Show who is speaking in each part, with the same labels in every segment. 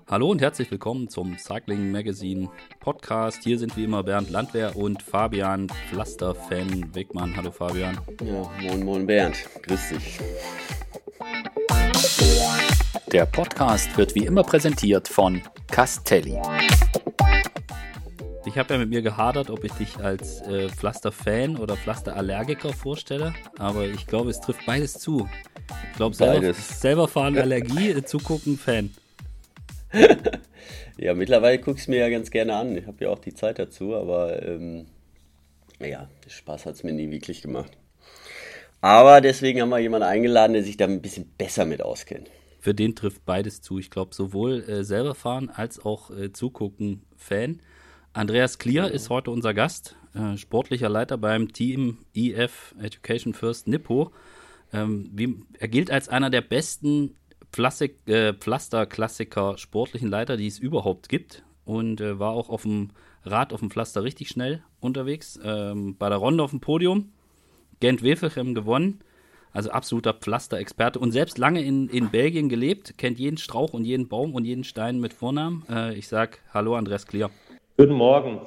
Speaker 1: Hallo und herzlich willkommen zum Cycling Magazine Podcast. Hier sind wie immer Bernd Landwehr und Fabian Pflaster-Fan-Wegmann. Hallo Fabian.
Speaker 2: Ja, moin Bernd, grüß dich.
Speaker 1: Der Podcast wird wie immer präsentiert von Castelli. Ich habe ja mit mir gehadert, ob ich dich als Pflaster-Fan oder Pflaster-Allergiker vorstelle, aber ich glaube, es trifft beides zu. Ich glaube, selber fahren, Allergie, zugucken, Fan.
Speaker 2: Ja, mittlerweile gucke ich es mir ja ganz gerne an. Ich habe ja auch die Zeit dazu, aber Spaß hat es mir nie wirklich gemacht. Aber deswegen haben wir jemanden eingeladen, der sich da ein bisschen besser mit auskennt.
Speaker 1: Für den trifft beides zu. Ich glaube, sowohl selber fahren als auch zugucken, Fan. Andreas Klier ist heute unser Gast, sportlicher Leiter beim Team EF Education First Nippo. Er gilt als einer der besten Pflaster-Klassiker sportlichen Leiter, die es überhaupt gibt, und war auch auf dem Rad, auf dem Pflaster richtig schnell unterwegs. Bei der Ronde auf dem Podium, Gent-Wevelgem gewonnen, also absoluter Pflaster-Experte und selbst lange in Belgien gelebt, kennt jeden Strauch und jeden Baum und jeden Stein mit Vornamen. Ich sag Hallo Andreas Klier.
Speaker 3: Guten Morgen.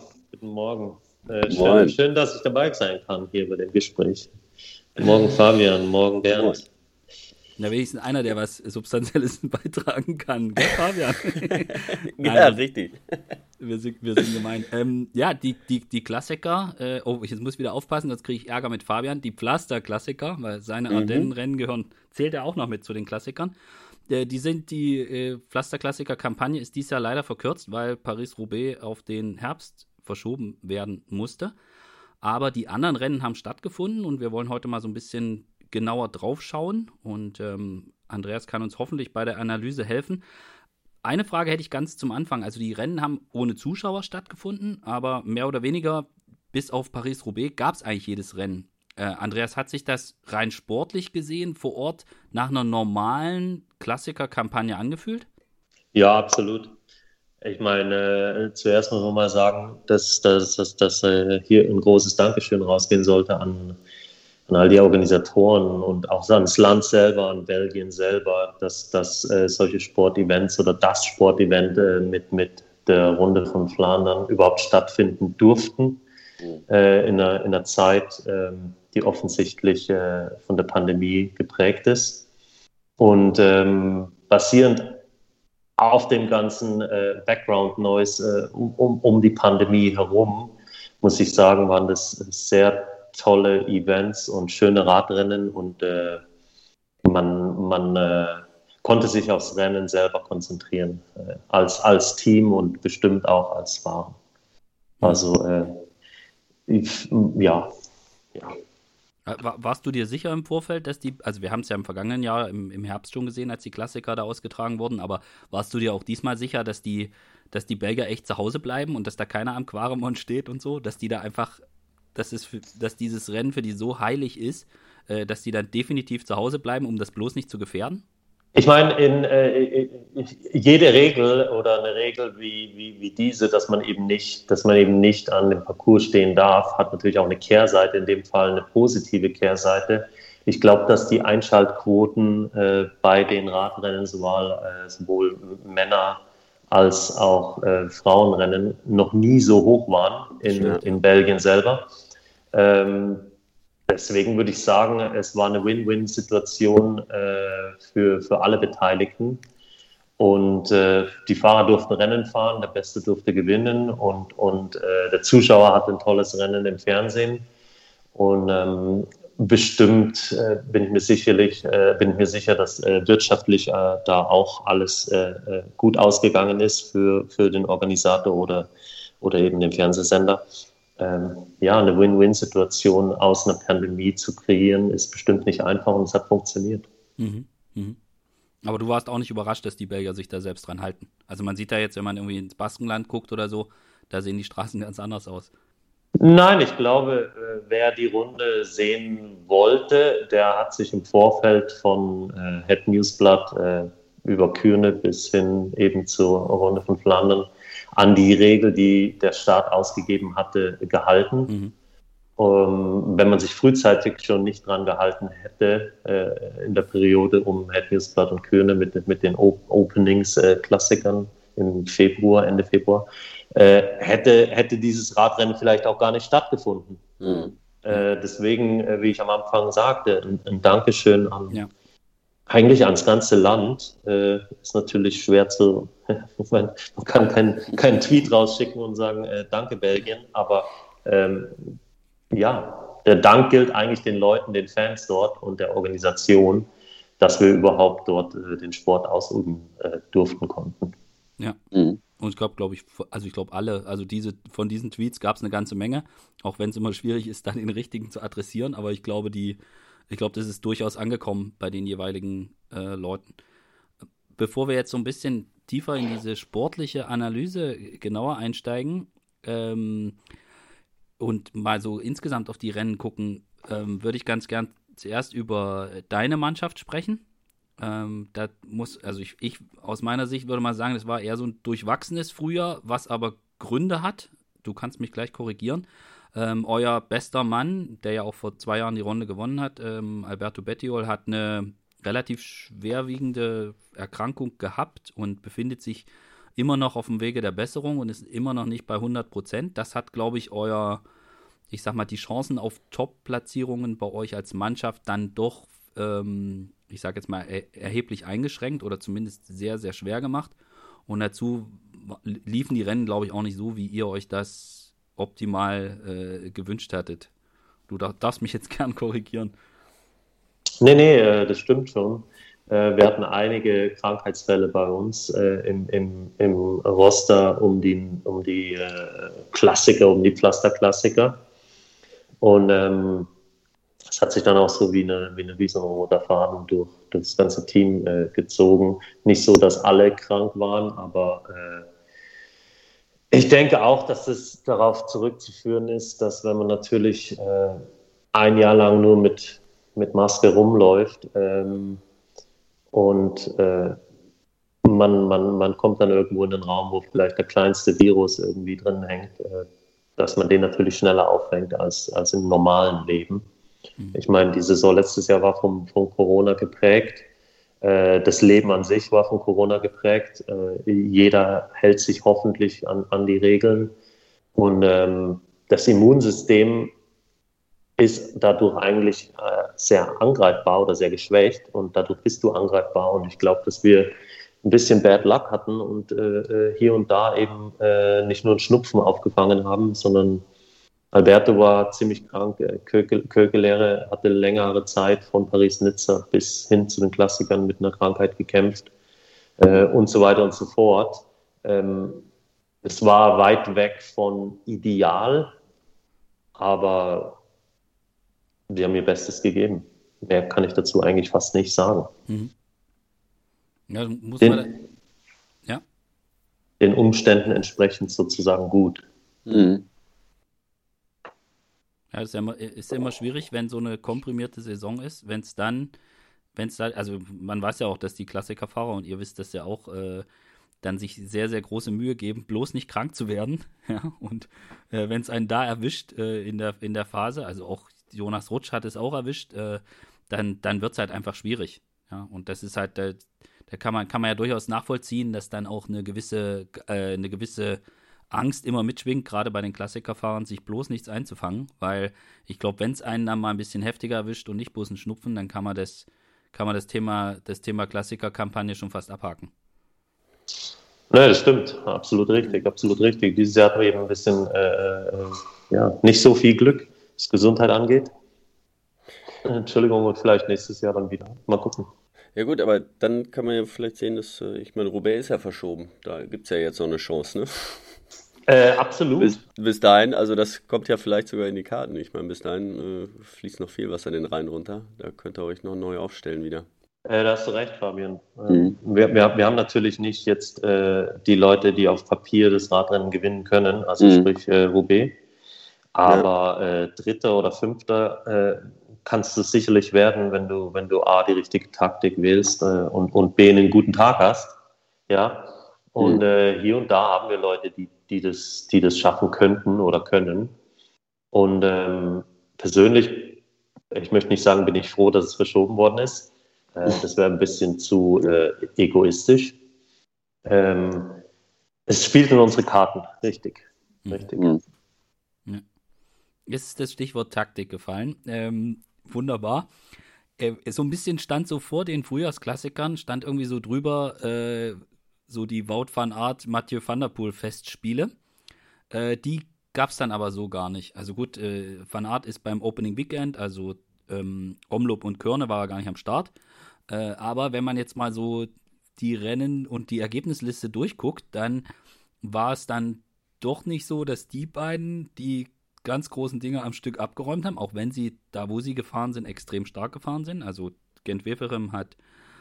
Speaker 3: Schön, dass ich dabei sein kann hier bei dem Gespräch. Morgen Fabian, morgen Bernd.
Speaker 1: Na, wenigstens einer, der was Substanzielles beitragen kann. Gell, Fabian?
Speaker 2: Ja, richtig.
Speaker 1: Wir sind gemeint. Die Klassiker, jetzt muss ich wieder aufpassen, sonst kriege ich Ärger mit Fabian. Die Pflaster-Klassiker, weil seine Ardennen-Rennen zählt er auch noch mit zu den Klassikern. Die Pflaster-Klassiker-Kampagne ist dieses Jahr leider verkürzt, weil Paris-Roubaix auf den Herbst verschoben werden musste. Aber die anderen Rennen haben stattgefunden und wir wollen heute mal so ein bisschen genauer drauf schauen und Andreas kann uns hoffentlich bei der Analyse helfen. Eine Frage hätte ich ganz zum Anfang. Also die Rennen haben ohne Zuschauer stattgefunden, aber mehr oder weniger bis auf Paris-Roubaix gab es eigentlich jedes Rennen. Andreas, hat sich das rein sportlich gesehen vor Ort nach einer normalen Klassiker-Kampagne angefühlt?
Speaker 3: Ja, absolut. Ich meine, zuerst muss man mal sagen, dass hier ein großes Dankeschön rausgehen sollte an all die Organisatoren und auch ans Land selber, an Belgien selber, dass solche Sportevents oder das Sportevent mit der Runde von Flandern überhaupt stattfinden durften in einer Zeit, die offensichtlich von der Pandemie geprägt ist. Und basierend auf dem ganzen Background-Noise um die Pandemie herum, muss ich sagen, waren das sehr tolle Events und schöne Radrennen und man konnte sich aufs Rennen selber konzentrieren, als Team und bestimmt auch als Fahrer. Also ja.
Speaker 1: Warst du dir sicher im Vorfeld, dass also wir haben es ja im vergangenen Jahr im Herbst schon gesehen, als die Klassiker da ausgetragen wurden, aber warst du dir auch diesmal sicher, dass die Belgier echt zu Hause bleiben und dass da keiner am Quaremont steht und so, dass die da einfach dass dieses Rennen für die so heilig ist, dass die dann definitiv zu Hause bleiben, um das bloß nicht zu gefährden?
Speaker 3: Ich meine, in jede Regel oder eine Regel wie diese, dass man eben nicht an dem Parcours stehen darf, hat natürlich auch eine Kehrseite, in dem Fall eine positive Kehrseite. Ich glaube, dass die Einschaltquoten bei den Radrennen sowohl Männer als auch Frauenrennen noch nie so hoch waren in Belgien selber. Deswegen würde ich sagen, es war eine Win-Win-Situation für alle Beteiligten. Und die Fahrer durften Rennen fahren, der Beste durfte gewinnen und der Zuschauer hatte ein tolles Rennen im Fernsehen. Und bestimmt bin ich mir sicher, dass wirtschaftlich da auch alles gut ausgegangen ist für den Organisator oder eben den Fernsehsender. Eine Win-Win-Situation aus einer Pandemie zu kreieren, ist bestimmt nicht einfach und es hat funktioniert.
Speaker 1: Aber du warst auch nicht überrascht, dass die Belgier sich da selbst dran halten. Also man sieht da jetzt, wenn man irgendwie ins Baskenland guckt oder so, da sehen die Straßen ganz anders aus.
Speaker 3: Nein, ich glaube, wer die Runde sehen wollte, der hat sich im Vorfeld von Het Nieuwsblad über Kuurne bis hin eben zur Runde von Flandern an die Regel, die der Staat ausgegeben hatte, gehalten. Wenn man sich frühzeitig schon nicht dran gehalten hätte, in der Periode um Het Nieuwsblad und Kuurne mit den Openings, Klassikern im Februar, Ende Februar, hätte dieses Radrennen vielleicht auch gar nicht stattgefunden. Deswegen, wie ich am Anfang sagte, ein Dankeschön eigentlich ans ganze Land. Ist natürlich schwer zu, man kann keinen Tweet rausschicken und sagen, danke Belgien, aber der Dank gilt eigentlich den Leuten, den Fans dort und der Organisation, dass wir überhaupt dort den Sport ausüben durften konnten.
Speaker 1: Ja. Und ich glaube alle, also von diesen Tweets gab es eine ganze Menge, auch wenn es immer schwierig ist, dann den richtigen zu adressieren, aber ich glaube, das ist durchaus angekommen bei den jeweiligen Leuten. Bevor wir jetzt so ein bisschen tiefer in diese sportliche Analyse genauer einsteigen und mal so insgesamt auf die Rennen gucken, würde ich ganz gern zuerst über deine Mannschaft sprechen. Ich aus meiner Sicht würde mal sagen, das war eher so ein durchwachsenes Frühjahr, was aber Gründe hat. Du kannst mich gleich korrigieren. Euer bester Mann, der ja auch vor 2 Jahren die Runde gewonnen hat, Alberto Bettiol, hat eine relativ schwerwiegende Erkrankung gehabt und befindet sich immer noch auf dem Wege der Besserung und ist immer noch nicht bei 100%. Das hat, glaube ich, die Chancen auf Top-Platzierungen bei euch als Mannschaft dann doch ich sage jetzt mal, erheblich eingeschränkt oder zumindest sehr, sehr schwer gemacht. Und dazu liefen die Rennen, glaube ich, auch nicht so, wie ihr euch das optimal gewünscht hattet. Du darfst mich jetzt gern korrigieren.
Speaker 3: Nee, das stimmt schon. Wir hatten einige Krankheitsfälle bei uns im Roster um die Klassiker, um die Pflasterklassiker. Und das hat sich dann auch so wie so ein roter Faden durch das ganze Team gezogen. Nicht so, dass alle krank waren, aber ich denke auch, dass es darauf zurückzuführen ist, dass wenn man natürlich ein Jahr lang nur mit Maske rumläuft und man kommt dann irgendwo in den Raum, wo vielleicht der kleinste Virus irgendwie drin hängt, dass man den natürlich schneller auffängt als im normalen Leben. Ich meine, die Saison letztes Jahr war von Corona geprägt. Das Leben an sich war von Corona geprägt. Jeder hält sich hoffentlich an die Regeln. Und das Immunsystem ist dadurch eigentlich sehr angreifbar oder sehr geschwächt. Und dadurch bist du angreifbar. Und ich glaube, dass wir ein bisschen Bad Luck hatten und hier und da eben nicht nur einen Schnupfen aufgefangen haben, sondern Alberto war ziemlich krank, Kökelere hatte längere Zeit von Paris-Nizza bis hin zu den Klassikern mit einer Krankheit gekämpft und so weiter und so fort. Es war weit weg von ideal, aber wir haben ihr Bestes gegeben. Mehr kann ich dazu eigentlich fast nicht sagen.
Speaker 1: Mhm. Ja,
Speaker 3: den Umständen entsprechend sozusagen gut.
Speaker 2: Mhm.
Speaker 1: Ja, ist ja immer schwierig, wenn so eine komprimierte Saison ist, also man weiß ja auch, dass die Klassikerfahrer, und ihr wisst das ja auch, dann sich sehr, sehr große Mühe geben, bloß nicht krank zu werden. Ja, und wenn es einen da erwischt in der Phase, also auch Jonas Rutsch hat es auch erwischt, dann wird es halt einfach schwierig. Ja, und das ist halt, da kann man ja durchaus nachvollziehen, dass dann auch eine gewisse Angst immer mitschwingt, gerade bei den Klassikerfahrern, sich bloß nichts einzufangen, weil ich glaube, wenn es einen dann mal ein bisschen heftiger erwischt und nicht bloß ein Schnupfen, dann kann man das Thema Klassikerkampagne schon fast abhaken.
Speaker 3: Ne, das stimmt, absolut richtig. Dieses Jahr hatten wir eben ein bisschen nicht so viel Glück, was Gesundheit angeht. Entschuldigung, und vielleicht nächstes Jahr dann wieder. Mal gucken.
Speaker 2: Ja gut, aber dann kann man ja vielleicht sehen, dass, ich meine, Roubaix ist ja verschoben. Da gibt es ja jetzt noch eine Chance, ne?
Speaker 3: Absolut.
Speaker 2: Bis dahin, also das kommt ja vielleicht sogar in die Karten. Ich meine, bis dahin fließt noch viel Wasser den Rhein runter. Da könnt ihr euch noch neu aufstellen wieder.
Speaker 3: Da hast du recht, Fabian. Wir haben natürlich nicht jetzt die Leute, die auf Papier das Radrennen gewinnen können, also sprich Roubaix. Aber Dritter oder Fünfter kannst du sicherlich werden, wenn du A, die richtige Taktik wählst und B, einen guten Tag hast. Ja. Und hier und da haben wir Leute, die das schaffen könnten oder können. Und persönlich, ich möchte nicht sagen, bin ich froh, dass es verschoben worden ist. Das wäre ein bisschen zu egoistisch. Es spielt in unsere Karten, richtig. Richtig.
Speaker 2: Mhm.
Speaker 1: Ja. Jetzt ist das Stichwort Taktik gefallen. Wunderbar. So ein bisschen stand so vor den Frühjahrsklassikern, stand irgendwie so drüber, so die Wout van Aert, Mathieu van der Poel Festspiele. Die gab es dann aber so gar nicht. Also gut, Van Aert ist beim Opening Weekend, also Omloop und Körne war er gar nicht am Start. Aber wenn man jetzt mal so die Rennen und die Ergebnisliste durchguckt, dann war es dann doch nicht so, dass die beiden die ganz großen Dinge am Stück abgeräumt haben, auch wenn sie da, wo sie gefahren sind, extrem stark gefahren sind. Also Gent-Wevelgem hat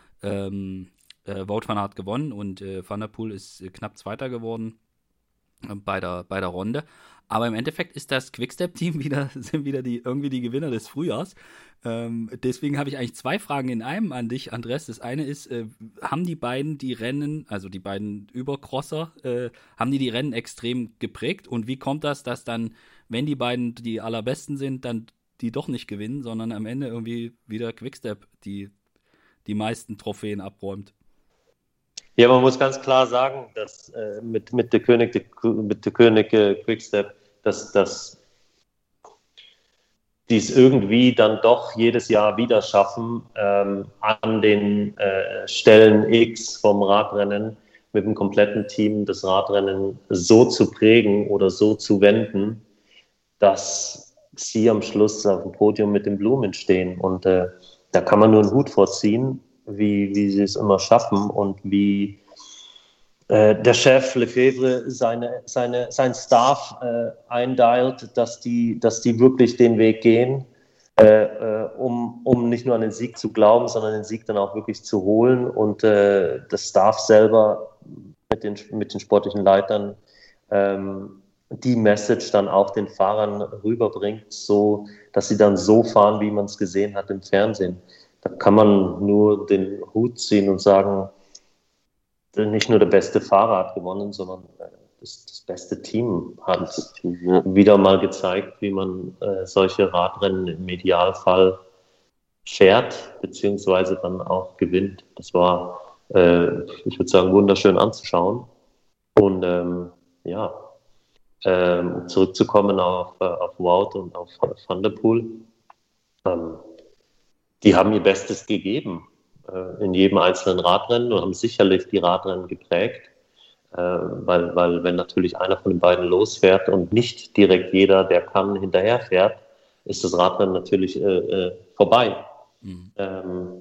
Speaker 1: Wout van Aert gewonnen und Van der Poel ist knapp Zweiter geworden bei der Runde. Aber im Endeffekt ist das Quickstep-Team sind wieder irgendwie die Gewinner des Frühjahrs. Deswegen habe ich eigentlich 2 Fragen in einem an dich, Andres. Das eine ist, haben die beiden die Rennen, also die beiden Übercrosser, haben die Rennen extrem geprägt? Und wie kommt das, dass dann, wenn die beiden die allerbesten sind, dann die doch nicht gewinnen, sondern am Ende irgendwie wieder Quickstep die meisten Trophäen abräumt?
Speaker 3: Ja, man muss ganz klar sagen, dass mit der König Quickstep, dass die es irgendwie dann doch jedes Jahr wieder schaffen, an den Stellen X vom Radrennen mit dem kompletten Team das Radrennen so zu prägen oder so zu wenden, dass sie am Schluss auf dem Podium mit den Blumen stehen. Und da kann man nur einen Hut vorziehen, wie sie es immer schaffen und wie der Chef Lefebvre sein Staff eindialt, dass die wirklich den Weg gehen, um nicht nur an den Sieg zu glauben, sondern den Sieg dann auch wirklich zu holen und das Staff selber mit den sportlichen Leitern die Message dann auch den Fahrern rüberbringt, so dass sie dann so fahren, wie man es gesehen hat im Fernsehen. Da kann man nur den Hut ziehen und sagen, nicht nur der beste Fahrer hat gewonnen, sondern das beste Team hat wieder mal gezeigt, wie man solche Radrennen im Idealfall fährt, beziehungsweise dann auch gewinnt. Das war, ich würde sagen, wunderschön anzuschauen. Und um zurückzukommen auf Wout und auf Van der Poel, die haben ihr Bestes gegeben in jedem einzelnen Radrennen und haben sicherlich die Radrennen geprägt, weil wenn natürlich einer von den beiden losfährt und nicht direkt jeder, der kann, hinterherfährt, ist das Radrennen natürlich vorbei. Mhm.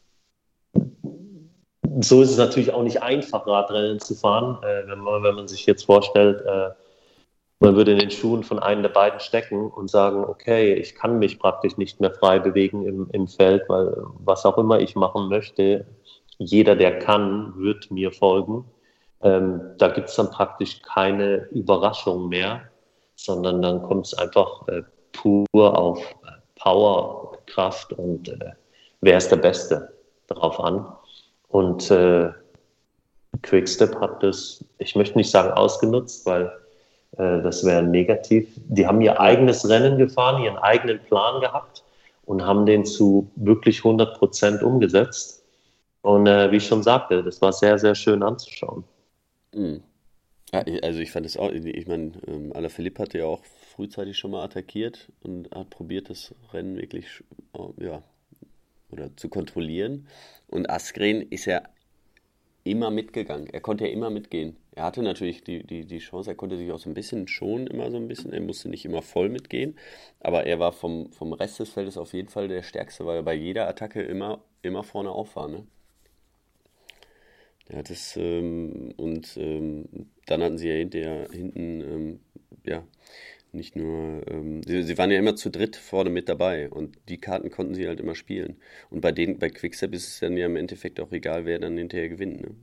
Speaker 3: So ist es natürlich auch nicht einfach, Radrennen zu fahren, wenn man sich jetzt vorstellt, man würde in den Schuhen von einem der beiden stecken und sagen, okay, ich kann mich praktisch nicht mehr frei bewegen im Feld, weil was auch immer ich machen möchte, jeder, der kann, wird mir folgen. Da gibt es dann praktisch keine Überraschung mehr, sondern dann kommt es einfach pur auf Power, Kraft und wer ist der Beste drauf an. Und Quickstep hat das, ich möchte nicht sagen ausgenutzt, weil das wäre negativ. Die haben ihr eigenes Rennen gefahren, ihren eigenen Plan gehabt und haben den zu wirklich 100% umgesetzt. Und wie ich schon sagte, das war sehr, sehr schön anzuschauen.
Speaker 2: Mhm. Ja, also ich fand es auch, ich meine, Alaphilippe hatte ja auch frühzeitig schon mal attackiert und hat probiert, das Rennen wirklich oder zu kontrollieren. Und Asgreen ist ja immer mitgegangen. Er konnte ja immer mitgehen. Er hatte natürlich die Chance, er konnte sich auch so ein bisschen schonen, immer so ein bisschen. Er musste nicht immer voll mitgehen, aber er war vom Rest des Feldes auf jeden Fall der Stärkste, weil er bei jeder Attacke immer vorne auf war. Ne? Er hat es, dann hatten sie ja hinten nicht nur, sie waren ja immer zu dritt vorne mit dabei und die Karten konnten sie halt immer spielen. Und bei Quickstep ist es dann ja im Endeffekt auch egal, wer dann hinterher gewinnt. Ne?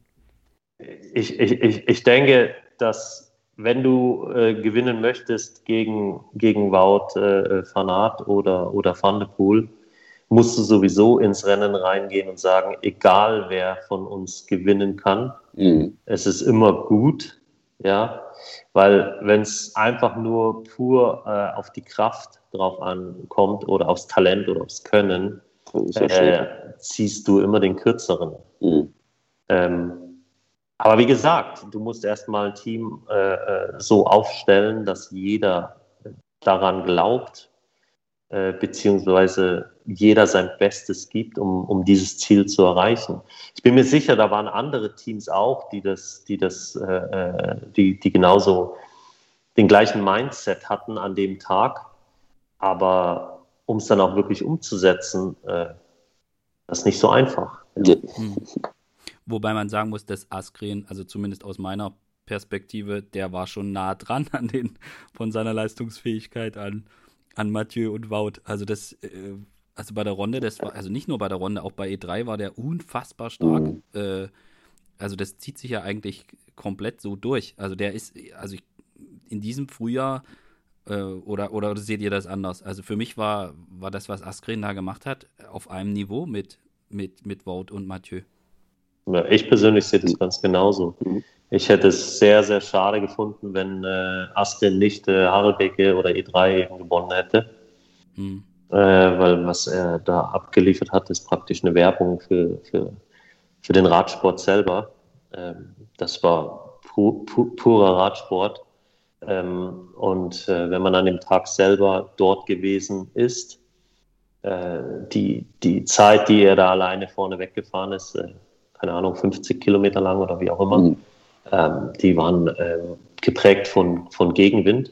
Speaker 3: Ich denke, dass wenn du gewinnen möchtest gegen Wout van Aert oder Van der Poel, musst du sowieso ins Rennen reingehen und sagen, egal wer von uns gewinnen kann, es ist immer gut, ja, weil wenn es einfach nur pur auf die Kraft drauf ankommt oder aufs Talent oder aufs Können, ziehst du immer den Kürzeren. Aber wie gesagt, du musst erstmal ein Team so aufstellen, dass jeder daran glaubt, beziehungsweise jeder sein Bestes gibt, um dieses Ziel zu erreichen. Ich bin mir sicher, da waren andere Teams auch, die genauso den gleichen Mindset hatten an dem Tag, aber um es dann auch wirklich umzusetzen, das ist nicht so einfach. Ja.
Speaker 1: Wobei man sagen muss, dass Askren, also zumindest aus meiner Perspektive, der war schon nah dran von seiner Leistungsfähigkeit an Mathieu und Wout. Also also bei der Runde, das war, also nicht nur bei der Runde, auch bei E3 war der unfassbar stark. Also das zieht sich ja eigentlich komplett so durch. Also der ist, in diesem Frühjahr, oder seht ihr das anders? Also für mich war das, was Askren da gemacht hat, auf einem Niveau mit Wout und Mathieu.
Speaker 3: Ja, ich persönlich sehe das ganz genauso. Ich hätte es sehr, sehr schade gefunden, wenn Askren nicht Harelbeke oder E3 eben gewonnen hätte. Weil was er da abgeliefert hat, ist praktisch eine Werbung für den Radsport selber. Das war purer Radsport. Und wenn man an dem Tag selber dort gewesen ist, die Zeit, die er da alleine vorne weggefahren ist, keine Ahnung, 50 Kilometer lang oder wie auch immer, die waren geprägt von Gegenwind.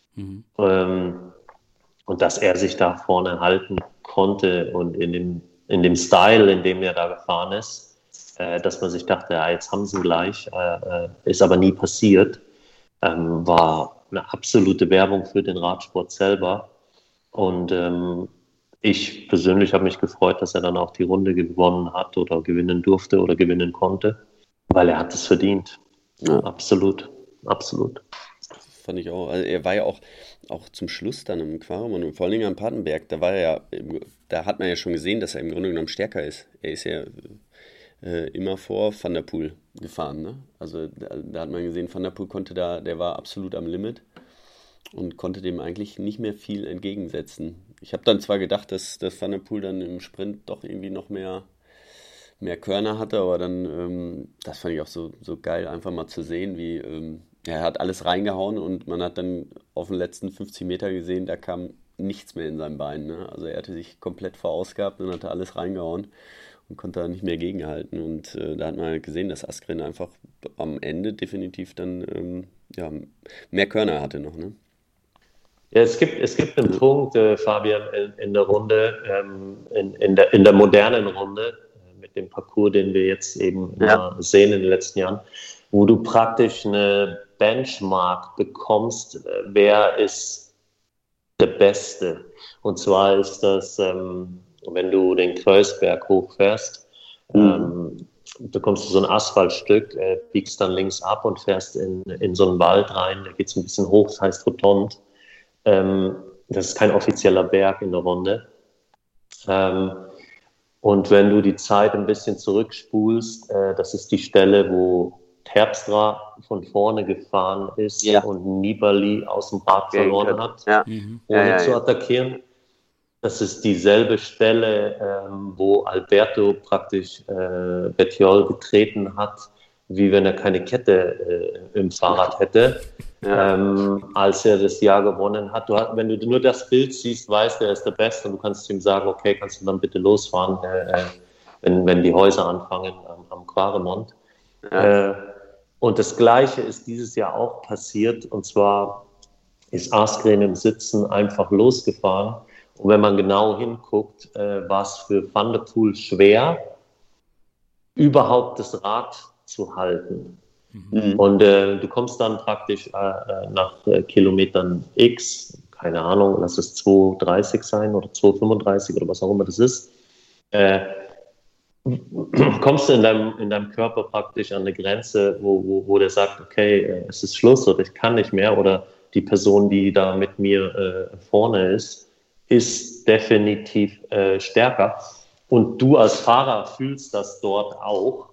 Speaker 3: Und dass er sich da vorne halten konnte und in dem Style, in dem er da gefahren ist, dass man sich dachte, ja, jetzt haben sie ihn gleich, ist aber nie passiert, war eine absolute Werbung für den Radsport selber. Und ich persönlich habe mich gefreut, dass er dann auch die Runde gewonnen hat oder gewinnen durfte oder gewinnen konnte, weil er hat es verdient. Ja. Absolut.
Speaker 2: Das fand ich auch. Also er war ja auch zum Schluss dann im Quaremont und vor allen Dingen am Patenberg, da hat man ja schon gesehen, dass er im Grunde genommen stärker ist. Er ist ja immer vor Van der Poel gefahren, ne? Also da hat man gesehen, Van der Poel der war absolut am Limit und konnte dem eigentlich nicht mehr viel entgegensetzen. Ich habe dann zwar gedacht, dass Van der Poel dann im Sprint doch irgendwie noch mehr Körner hatte, aber dann, das fand ich auch so geil, einfach mal zu sehen, wie er hat alles reingehauen und man hat dann auf den letzten 50 Meter gesehen, da kam nichts mehr in seinem Bein, ne? Also er hatte sich komplett verausgabt und hatte alles reingehauen und konnte da nicht mehr gegenhalten. Und da hat man halt gesehen, dass Askren einfach am Ende definitiv dann mehr Körner hatte noch, ne?
Speaker 3: Ja, es gibt einen Punkt, Fabian, in der Runde, in der modernen Runde, mit dem Parcours, den wir jetzt eben sehen in den letzten Jahren, wo du praktisch eine Benchmark bekommst, wer ist der Beste. Und zwar ist das, wenn du den Kreuzberg hochfährst, bekommst du so ein Asphaltstück, biegst dann links ab und fährst in so einen Wald rein, da geht es ein bisschen hoch, das heißt Rotonde. Das ist kein offizieller Berg in der Runde. Und wenn du die Zeit ein bisschen zurückspulst, das ist die Stelle, wo Terpstra von vorne gefahren ist und Nibali aus dem Rad verloren hat, ohne zu attackieren. Das ist dieselbe Stelle, wo Alberto praktisch Bettiol getreten hat, wie wenn er keine Kette im Fahrrad hätte. Als er das Jahr gewonnen hat. Wenn du nur das Bild siehst, weißt du, er ist der Beste und du kannst ihm sagen, okay, kannst du dann bitte losfahren, wenn die Häuser anfangen am Quaremont. Und das Gleiche ist dieses Jahr auch passiert, und zwar ist Askren im Sitzen einfach losgefahren. Und wenn man genau hinguckt, war es für Van der Poel schwer, überhaupt das Rad zu halten. Und du kommst dann praktisch nach Kilometern X, keine Ahnung, lass es 2,30 sein oder 2,35 oder was auch immer das ist, kommst du in deinem Körper praktisch an eine Grenze, wo der sagt, okay, es ist Schluss oder ich kann nicht mehr, oder die Person, die da mit mir vorne ist definitiv stärker. Und du als Fahrer fühlst das dort auch.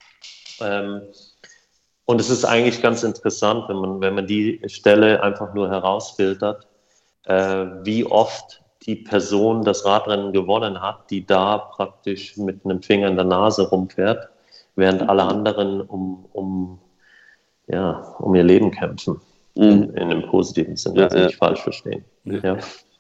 Speaker 3: Und es ist eigentlich ganz interessant, wenn man die Stelle einfach nur herausfiltert, wie oft die Person das Radrennen gewonnen hat, die da praktisch mit einem Finger in der Nase rumfährt, während alle anderen um ihr Leben kämpfen. In einem positiven Sinne, nicht falsch verstehen. Ja.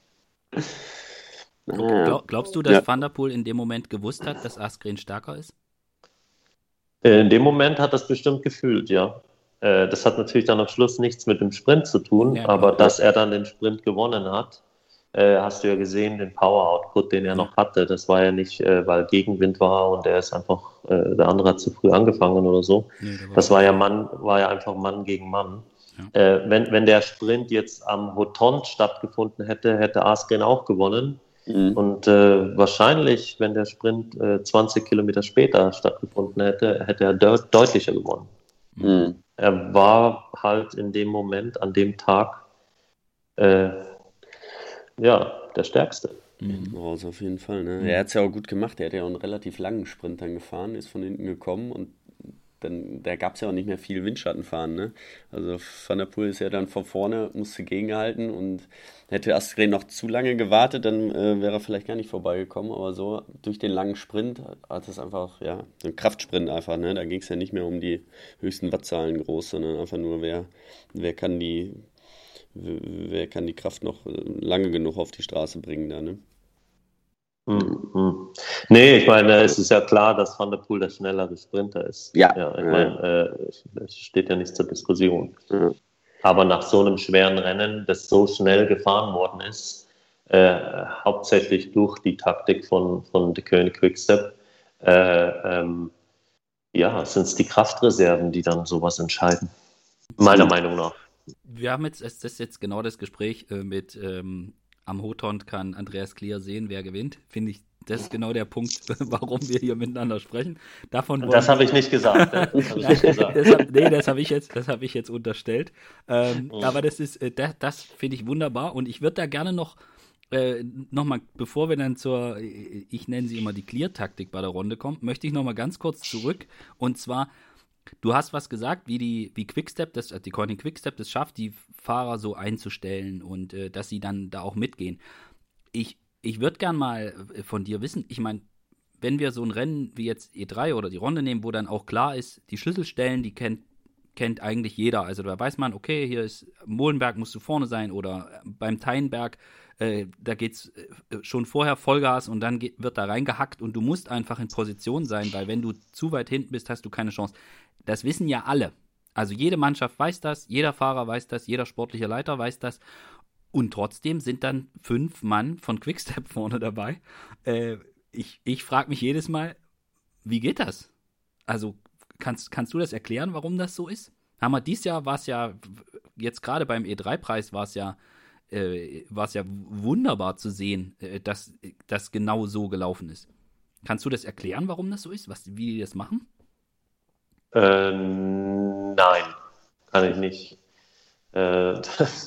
Speaker 1: Glaubst du, dass Van der Poel in dem Moment gewusst hat, dass Asgreen stärker ist?
Speaker 3: In dem Moment hat er es bestimmt gefühlt, ja. Das hat natürlich dann am Schluss nichts mit dem Sprint zu tun, aber dass er dann den Sprint gewonnen hat, hast du ja gesehen, den Power-Output, den er noch hatte. Das war ja nicht, weil Gegenwind war und er ist einfach, der andere hat zu früh angefangen oder so. Nee, das war ja einfach Mann gegen Mann. Ja. Wenn der Sprint jetzt am Hoton stattgefunden hätte, hätte Asgreen auch gewonnen. Und wahrscheinlich, wenn der Sprint 20 Kilometer später stattgefunden hätte, hätte er deutlicher gewonnen. Er war halt in dem Moment, an dem Tag, der Stärkste.
Speaker 2: Also auf jeden Fall. Ne? Er hat es ja auch gut gemacht. Er hat ja auch einen relativ langen Sprint dann gefahren, ist von hinten gekommen und dann, da gab es ja auch nicht mehr viel Windschattenfahren. Ne? Also Van der Poel ist ja dann von vorne, musste gegenhalten und hätte Asgreen noch zu lange gewartet, dann wäre er vielleicht gar nicht vorbeigekommen. Aber so durch den langen Sprint hat es einfach, so ein Kraftsprint einfach. Ne? Da ging es ja nicht mehr um die höchsten Wattzahlen groß, sondern einfach nur, wer kann die Kraft noch lange genug auf die Straße bringen da, ne?
Speaker 3: Nee, ich meine, es ist ja klar, dass Van der Poel der schnellere Sprinter ist. Ich meine, es steht ja nicht zur Diskussion. Aber nach so einem schweren Rennen, das so schnell gefahren worden ist, hauptsächlich durch die Taktik von De Koning Quickstep, sind es die Kraftreserven, die dann sowas entscheiden. Meiner Meinung nach.
Speaker 1: Wir haben jetzt genau das Gespräch mit am Hoton kann Andreas Klier sehen, wer gewinnt. Finde ich, das ist genau der Punkt, warum wir hier miteinander sprechen.
Speaker 3: Das habe ich nicht gesagt.
Speaker 1: Das habe ich jetzt unterstellt. Aber das finde ich wunderbar und ich würde da gerne noch mal, bevor wir dann zur, ich nenne sie immer die Clear-Taktik bei der Runde kommen, möchte ich noch mal ganz kurz zurück und zwar, du hast was gesagt, wie Quickstep, die Koning Quickstep das schafft, die Fahrer so einzustellen und dass sie dann da auch mitgehen. Ich würde gern mal von dir wissen, ich meine, wenn wir so ein Rennen wie jetzt E3 oder die Runde nehmen, wo dann auch klar ist, die Schlüsselstellen, die kennt eigentlich jeder. Also da weiß man, okay, hier ist Molenberg, musst du vorne sein oder beim Teinberg, da geht's schon vorher Vollgas und dann wird da reingehackt und du musst einfach in Position sein, weil wenn du zu weit hinten bist, hast du keine Chance. Das wissen ja alle. Also jede Mannschaft weiß das, jeder Fahrer weiß das, jeder sportliche Leiter weiß das. Und trotzdem sind dann 5 Mann von Quickstep vorne dabei. Ich frage mich jedes Mal, wie geht das? Also kannst du das erklären, warum das so ist? Dieses Jahr war es ja, jetzt gerade beim E3-Preis war es ja wunderbar zu sehen, dass das genau so gelaufen ist. Kannst du das erklären, warum das so ist? Wie die das machen?
Speaker 3: Nein, kann ich nicht. Kann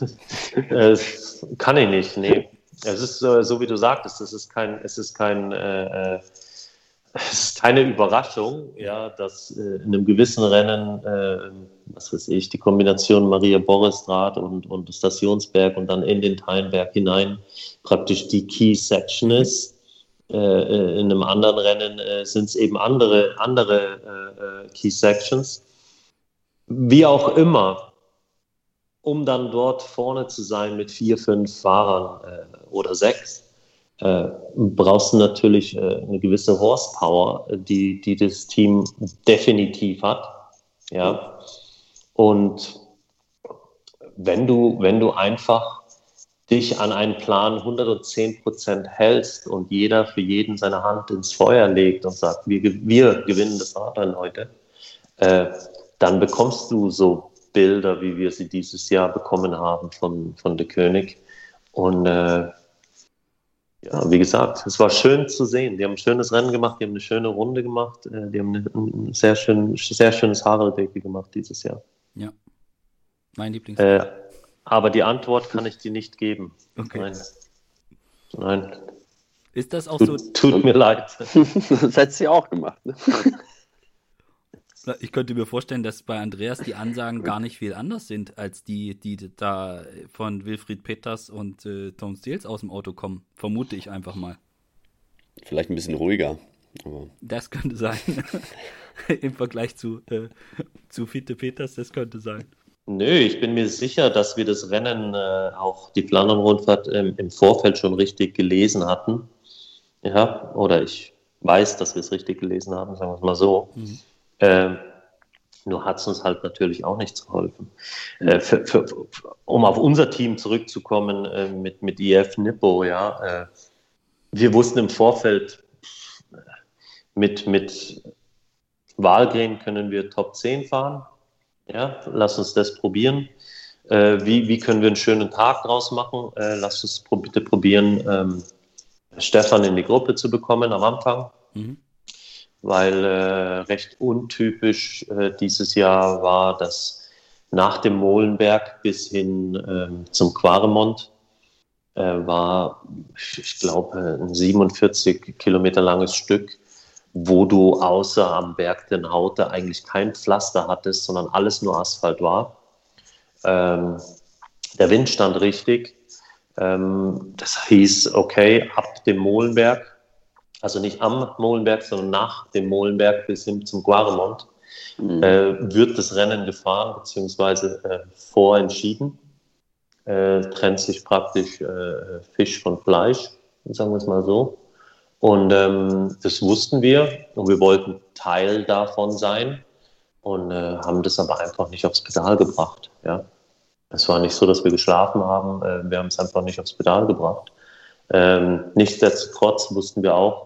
Speaker 3: ich nicht, nee. Es ist so wie du sagtest, es ist keine Überraschung, dass in einem gewissen Rennen, was weiß ich, die Kombination Maria-Boris-Draht und Stationsberg und dann in den Teinberg hinein praktisch die Key Section ist. In einem anderen Rennen sind es eben andere Key Sections. Wie auch immer, um dann dort vorne zu sein mit 4, 5 Fahrern oder 6, brauchst du natürlich eine gewisse Horsepower, die das Team definitiv hat. Ja. Und wenn du einfach dich an einen Plan 110% hältst und jeder für jeden seine Hand ins Feuer legt und sagt, wir gewinnen das Radrennen heute, dann bekommst du so Bilder, wie wir sie dieses Jahr bekommen haben von De Koning. Und wie gesagt, es war schön zu sehen. Die haben ein schönes Rennen gemacht, die haben eine schöne Runde gemacht, die haben ein sehr schönes Haarerdeck gemacht dieses Jahr.
Speaker 1: Ja, mein Lieblings.
Speaker 3: Aber die Antwort kann ich dir nicht geben.
Speaker 1: Okay.
Speaker 3: Nein.
Speaker 1: Ist das auch so?
Speaker 3: Tut mir leid.
Speaker 2: Das hat sie auch gemacht. Ne?
Speaker 1: Ich könnte mir vorstellen, dass bei Andreas die Ansagen gar nicht viel anders sind, als die da von Wilfried Peters und Tom Steels aus dem Auto kommen. Vermute ich einfach mal.
Speaker 2: Vielleicht ein bisschen ruhiger. Aber
Speaker 1: das könnte sein. im Vergleich zu Fiete Peters, das könnte sein.
Speaker 3: Nö, ich bin mir sicher, dass wir das Rennen, auch die Flandern-Rundfahrt, im Vorfeld schon richtig gelesen hatten. Ja, oder ich weiß, dass wir es richtig gelesen haben, sagen wir es mal so. Nur hat es uns halt natürlich auch nichts geholfen. Um auf unser Team zurückzukommen, mit IF Nippo, ja, wir wussten im Vorfeld, mit Wahlgren können wir Top 10 fahren. Ja, lass uns das probieren. Wie können wir einen schönen Tag draus machen? Lass uns bitte probieren, Stefan in die Gruppe zu bekommen am Anfang. Weil recht untypisch dieses Jahr war, dass nach dem Molenberg bis hin zum Quaremont war, ich glaube, ein 47 Kilometer langes Stück, wo du außer am Berg den Haute eigentlich kein Pflaster hattest, sondern alles nur Asphalt war. Der Wind stand richtig. Das hieß, okay, ab dem Molenberg, also nicht am Molenberg, sondern nach dem Molenberg bis hin zum Quaremont, wird das Rennen gefahren, beziehungsweise vorentschieden. Trennt sich praktisch Fisch von Fleisch, sagen wir es mal so. Und das wussten wir und wir wollten Teil davon sein und haben das aber einfach nicht aufs Pedal gebracht. Ja? Es war nicht so, dass wir geschlafen haben, wir haben es einfach nicht aufs Pedal gebracht. Nichtsdestotrotz wussten wir auch,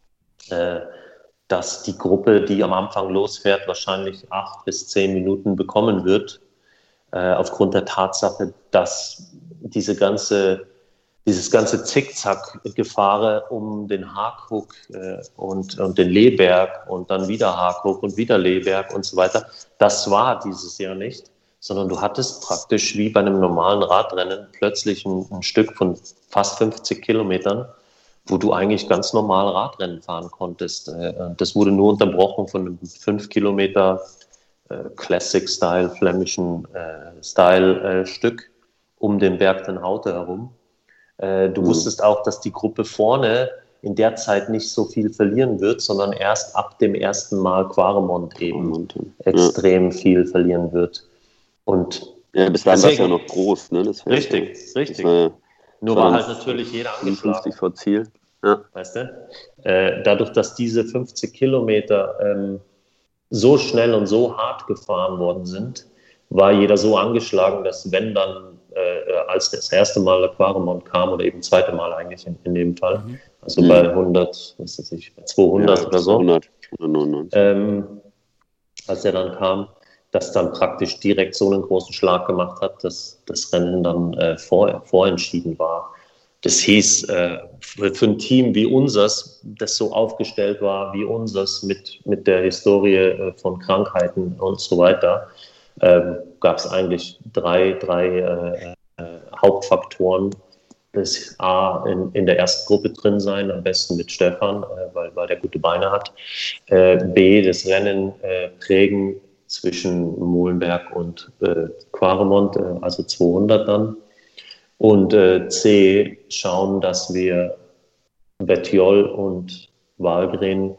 Speaker 3: dass die Gruppe, die am Anfang losfährt, wahrscheinlich 8 bis 10 Minuten bekommen wird, aufgrund der Tatsache, dass dieses ganze Zickzack-Gefahre um den Haarkrug und den Lehberg und dann wieder Haarkrug und wieder Lehberg und so weiter, das war dieses Jahr nicht, sondern du hattest praktisch wie bei einem normalen Radrennen plötzlich ein Stück von fast 50 Kilometern, wo du eigentlich ganz normal Radrennen fahren konntest. Das wurde nur unterbrochen von einem 5 Kilometer Classic-Style, flämischen Style-Stück um den Berg den Haute herum. Du wusstest auch, dass die Gruppe vorne in der Zeit nicht so viel verlieren wird, sondern erst ab dem ersten Mal Quaremont eben extrem viel verlieren wird. Und
Speaker 2: bis dahin war es ja noch groß, ne? Das
Speaker 3: richtig. Nur war halt natürlich jeder angeschlagen.
Speaker 2: 50 vor Ziel. Ja.
Speaker 3: Weißt du? Dadurch, dass diese 50 Kilometer so schnell und so hart gefahren worden sind, war jeder so angeschlagen, dass wenn dann, als das erste Mal der Quaremont kam, oder eben zweite Mal eigentlich in dem Fall, also bei 100, was weiß ich, bei 200 oder so, 199. Als er dann kam, dass dann praktisch direkt so einen großen Schlag gemacht hat, dass das Rennen dann vorentschieden war. Das hieß, für ein Team wie unseres, das so aufgestellt war wie unseres mit der Historie von Krankheiten und so weiter, gab es eigentlich drei Hauptfaktoren. Das A, in der ersten Gruppe drin sein, am besten mit Stefan, weil der gute Beine hat. B, das Rennen prägen zwischen Molenberg und Quaremont, also 200 dann. Und C, schauen, dass wir Bettiol und Wahlgren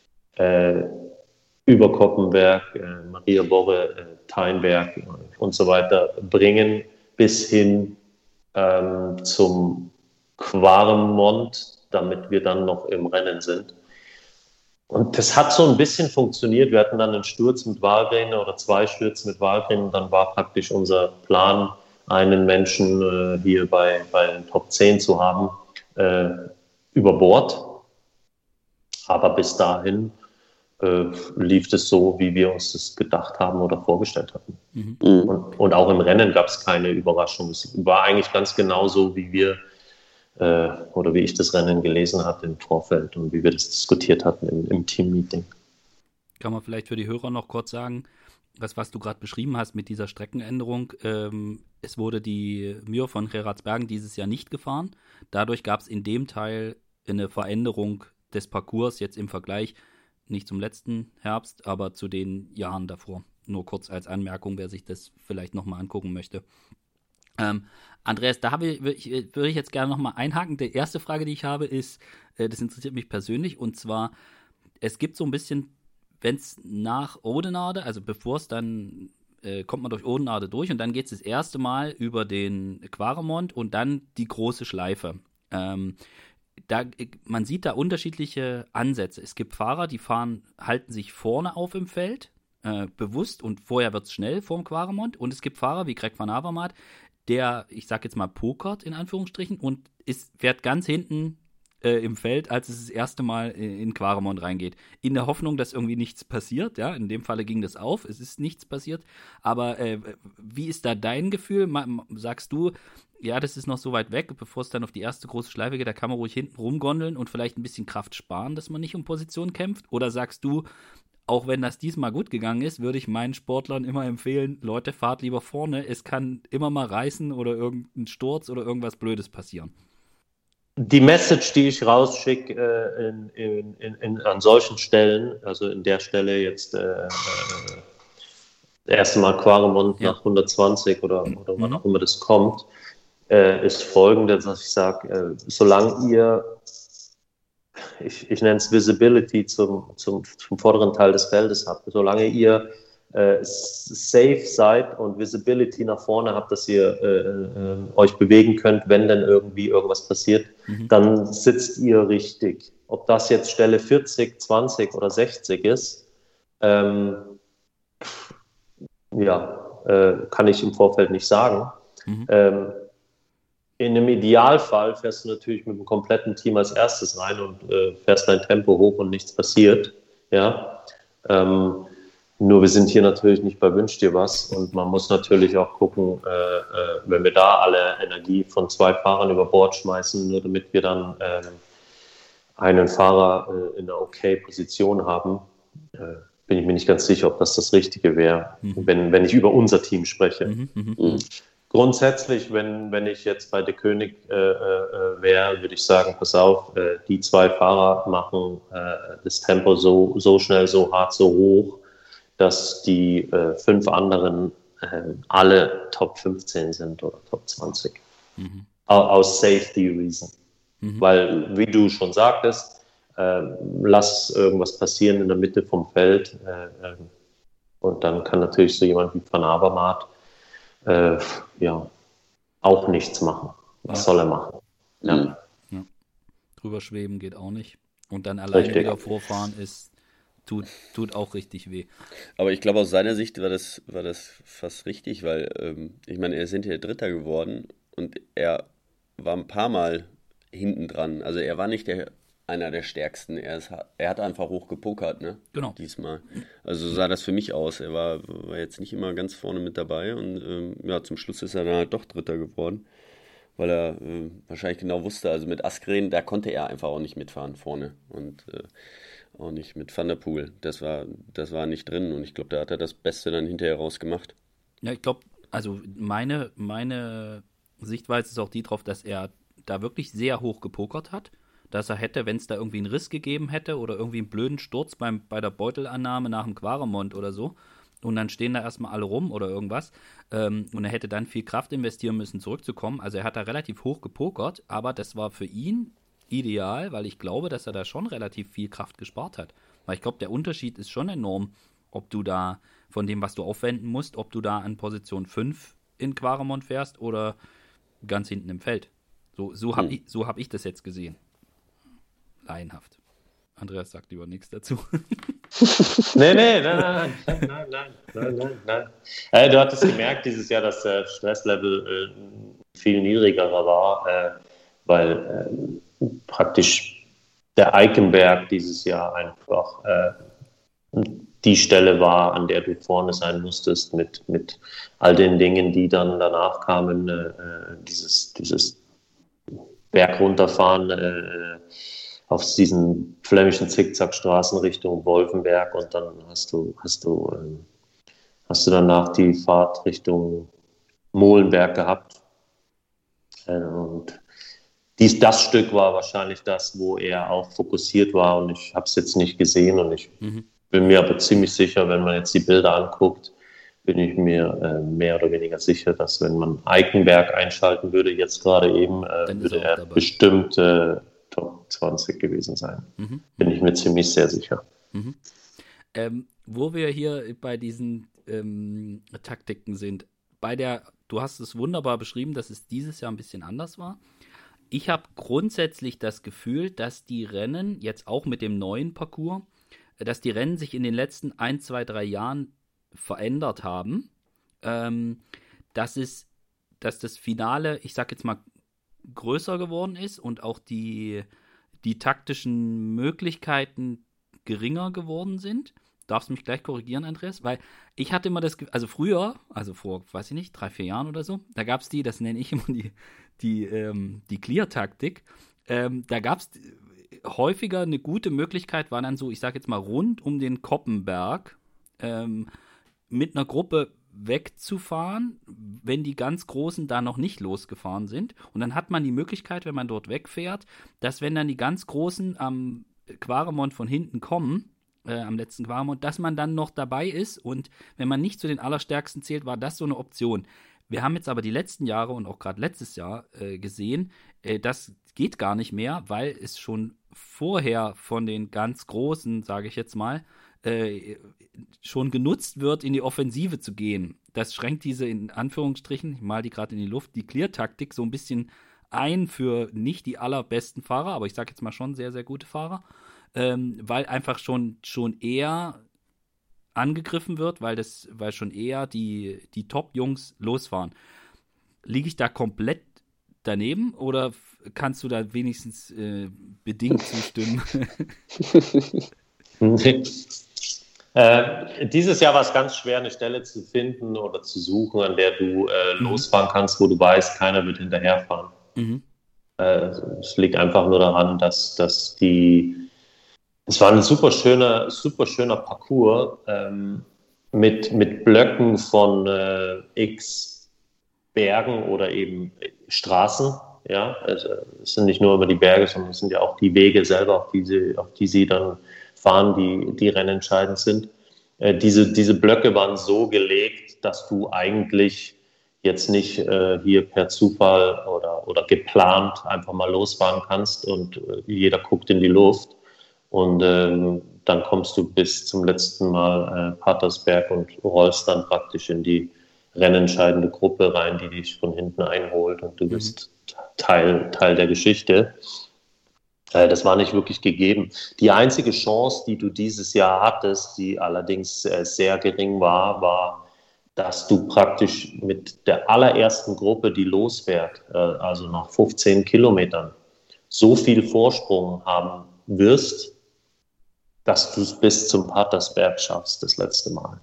Speaker 3: über Koppenberg, Maria Borre, Teinberg und so weiter bringen, bis hin zum Quaremont, damit wir dann noch im Rennen sind. Und das hat so ein bisschen funktioniert. Wir hatten dann einen Sturz mit Wahlgren oder 2 Stürze mit Wahlgren. Und dann war praktisch unser Plan, einen Menschen hier bei den Top 10 zu haben, über Bord. Aber bis dahin lief es so, wie wir uns das gedacht haben oder vorgestellt hatten. Und auch im Rennen gab es keine Überraschung. Es war eigentlich ganz genau so, wie wir oder wie ich das Rennen gelesen hatte im Vorfeld und wie wir das diskutiert hatten im Team-Meeting.
Speaker 1: Kann man vielleicht für die Hörer noch kurz sagen, was du gerade beschrieben hast mit dieser Streckenänderung. Es wurde die Muur von Geraardsbergen dieses Jahr nicht gefahren. Dadurch gab es in dem Teil eine Veränderung des Parcours jetzt im Vergleich, nicht zum letzten Herbst, aber zu den Jahren davor. Nur kurz als Anmerkung, wer sich das vielleicht nochmal angucken möchte. Andreas, da würde ich jetzt gerne nochmal einhaken. Die erste Frage, die ich habe, ist, das interessiert mich persönlich, und zwar, es gibt so ein bisschen wenn es nach Oudenaarde, also bevor es dann kommt man durch Oudenaarde durch und dann geht es das erste Mal über den Quaremont und dann die große Schleife. Man sieht da unterschiedliche Ansätze. Es gibt Fahrer, die halten sich vorne auf im Feld, bewusst, und vorher wird es schnell vorm Quaremont. Und es gibt Fahrer wie Greg van Avermaet, der, ich sag jetzt mal, pokert in Anführungsstrichen und fährt ganz hinten im Feld, als es das erste Mal in Quaremont reingeht. In der Hoffnung, dass irgendwie nichts passiert. Ja, in dem Falle ging das auf. Es ist nichts passiert. Aber wie ist da dein Gefühl? Sagst du, ja, das ist noch so weit weg, bevor es dann auf die erste große Schleife geht, da kann man ruhig hinten rumgondeln und vielleicht ein bisschen Kraft sparen, dass man nicht um Position kämpft? Oder sagst du, auch wenn das diesmal gut gegangen ist, würde ich meinen Sportlern immer empfehlen, Leute, fahrt lieber vorne. Es kann immer mal reißen oder irgendein Sturz oder irgendwas Blödes passieren.
Speaker 3: Die Message, die ich rausschicke an solchen Stellen, also in der Stelle jetzt erste Mal Quaremont nach 120 oder wann auch immer das kommt, ist folgende, dass ich sage, solange ihr, ich nenne es Visibility zum vorderen Teil des Feldes habt, solange ihr safe seid und Visibility nach vorne habt, dass ihr euch bewegen könnt, wenn dann irgendwie irgendwas passiert, dann sitzt ihr richtig. Ob das jetzt Stelle 40, 20 oder 60 ist, kann ich im Vorfeld nicht sagen. In einem Idealfall fährst du natürlich mit dem kompletten Team als erstes rein und fährst dein Tempo hoch und nichts passiert. Ja. Nur wir sind hier natürlich nicht bei Wünsch dir was und man muss natürlich auch gucken, wenn wir da alle Energie von 2 Fahrern über Bord schmeißen, nur damit wir dann einen Fahrer in einer okay Position haben, bin ich mir nicht ganz sicher, ob das Richtige wäre, wenn ich über unser Team spreche. Grundsätzlich, wenn ich jetzt bei De König wäre, würde ich sagen, pass auf, die 2 Fahrer machen das Tempo so schnell, so hart, so hoch, dass die 5 anderen alle Top 15 sind oder Top 20. Aus Safety Reason. Weil, wie du schon sagtest, lass irgendwas passieren in der Mitte vom Feld und dann kann natürlich so jemand wie Van Avermaet auch nichts machen. Was soll er machen? Ja.
Speaker 1: Drüber schweben geht auch nicht. Und dann alleine wieder vorfahren tut auch richtig weh.
Speaker 2: Aber ich glaube, aus seiner Sicht war das fast richtig, weil ich meine, er ist hinterher Dritter geworden und er war ein paar Mal hinten dran. Also er war nicht einer der Stärksten. Er hat einfach hoch gepokert, ne? Genau. Diesmal. Also sah das für mich aus. Er war jetzt nicht immer ganz vorne mit dabei und zum Schluss ist er dann halt doch Dritter geworden, weil er wahrscheinlich genau wusste, also mit Asgreen, da konnte er einfach auch nicht mitfahren vorne und auch nicht mit Van der Poel. Das war nicht drin und ich glaube, da hat er das Beste dann hinterher rausgemacht.
Speaker 1: Ja, ich glaube, also meine Sichtweise ist auch die drauf, dass er da wirklich sehr hoch gepokert hat, dass er hätte, wenn es da irgendwie einen Riss gegeben hätte oder irgendwie einen blöden Sturz bei der Beutelannahme nach dem Quaremont oder so und dann stehen da erstmal alle rum oder irgendwas und er hätte dann viel Kraft investieren müssen, zurückzukommen. Also er hat da relativ hoch gepokert, aber das war für ihn ideal, weil ich glaube, dass er da schon relativ viel Kraft gespart hat. Weil ich glaube, der Unterschied ist schon enorm, ob du da von dem, was du aufwenden musst, ob du da an Position 5 in Quaremont fährst oder ganz hinten im Feld. So hab ich das jetzt gesehen. Laienhaft. Andreas sagt lieber nichts dazu.
Speaker 3: Nein. Du hattest gemerkt dieses Jahr, dass der Stresslevel viel niedrigerer war, weil praktisch der Eikenberg dieses Jahr einfach die Stelle war, an der du vorne sein musstest mit all den Dingen, die dann danach kamen, dieses Berg runterfahren auf diesen flämischen Zickzackstraßen Richtung Wolfenberg und dann hast du danach die Fahrt Richtung Molenberg gehabt. Und das Stück war wahrscheinlich das, wo er auch fokussiert war und ich habe es jetzt nicht gesehen und ich bin mir aber ziemlich sicher, wenn man jetzt die Bilder anguckt, bin ich mir mehr oder weniger sicher, dass wenn man Eikenberg einschalten würde, jetzt gerade eben, würde er bestimmt Top 20 gewesen sein. Bin ich mir ziemlich sehr sicher.
Speaker 1: Wo wir hier bei diesen Taktiken sind, du hast es wunderbar beschrieben, dass es dieses Jahr ein bisschen anders war. Ich habe grundsätzlich das Gefühl, dass die Rennen, jetzt auch mit dem neuen Parcours, dass die Rennen sich in den letzten 1, 2, 3 Jahren verändert haben. Dass das Finale, ich sag jetzt mal, größer geworden ist und auch die taktischen Möglichkeiten geringer geworden sind. Darfst du mich gleich korrigieren, Andreas? Weil ich hatte immer das Gefühl, also früher, also vor, weiß ich nicht, 3, 4 Jahren oder so, da gab es das nenne ich immer die Clear-Taktik. Da gab es häufiger eine gute Möglichkeit, war dann so, ich sag jetzt mal, rund um den Koppenberg mit einer Gruppe wegzufahren, wenn die ganz Großen da noch nicht losgefahren sind. Und dann hat man die Möglichkeit, wenn man dort wegfährt, dass wenn dann die ganz Großen am Quaremont von hinten kommen, am letzten Quaremont, dass man dann noch dabei ist. Und wenn man nicht zu den Allerstärksten zählt, war das so eine Option. Wir haben jetzt aber die letzten Jahre und auch gerade letztes Jahr gesehen, das geht gar nicht mehr, weil es schon vorher von den ganz Großen, sage ich jetzt mal, schon genutzt wird, in die Offensive zu gehen. Das schränkt diese, in Anführungsstrichen, ich mal die gerade in die Luft, die Clear-Taktik so ein bisschen ein für nicht die allerbesten Fahrer, aber ich sage jetzt mal schon sehr, sehr gute Fahrer, weil einfach schon eher angegriffen wird, weil schon eher die Top-Jungs losfahren. Liege ich da komplett daneben oder kannst du da wenigstens bedingt zustimmen?
Speaker 3: Dieses Jahr war es ganz schwer, eine Stelle zu finden oder zu suchen, an der du losfahren kannst, wo du weißt, keiner wird hinterherfahren. Es liegt einfach nur daran, dass es war ein super schöner Parcours mit Blöcken von x Bergen oder eben Straßen. Ja, also es sind nicht nur immer die Berge, sondern es sind ja auch die Wege selber, auf die sie dann fahren, die rennentscheidend sind. Diese Blöcke waren so gelegt, dass du eigentlich jetzt nicht hier per Zufall oder geplant einfach mal losfahren kannst und jeder guckt in die Luft und dann kommst du bis zum letzten Mal Patersberg und rollst dann praktisch in die rennentscheidende Gruppe rein, die dich von hinten einholt und du bist Teil der Geschichte. Das war nicht wirklich gegeben. Die einzige Chance, die du dieses Jahr hattest, die allerdings sehr gering war, dass du praktisch mit der allerersten Gruppe, die losfährt, also nach 15 Kilometern, so viel Vorsprung haben wirst, dass du es bis zum Patersberg schaffst, das letzte Mal.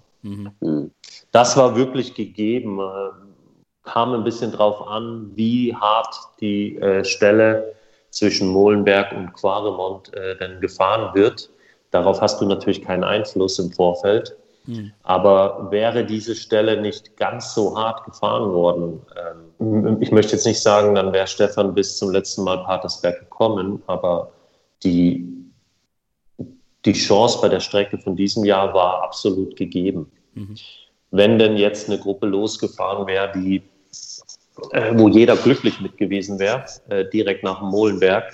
Speaker 3: Das war wirklich gegeben. Kam ein bisschen drauf an, wie hart die Stelle zwischen Molenberg und Quaremont denn gefahren wird. Darauf hast du natürlich keinen Einfluss im Vorfeld. Aber wäre diese Stelle nicht ganz so hart gefahren worden, ich möchte jetzt nicht sagen, dann wäre Stefan bis zum letzten Mal Patersberg gekommen, aber die Chance bei der Strecke von diesem Jahr war absolut gegeben. Wenn denn jetzt eine Gruppe losgefahren wäre, wo jeder glücklich mit gewesen wäre, direkt nach dem Molenberg,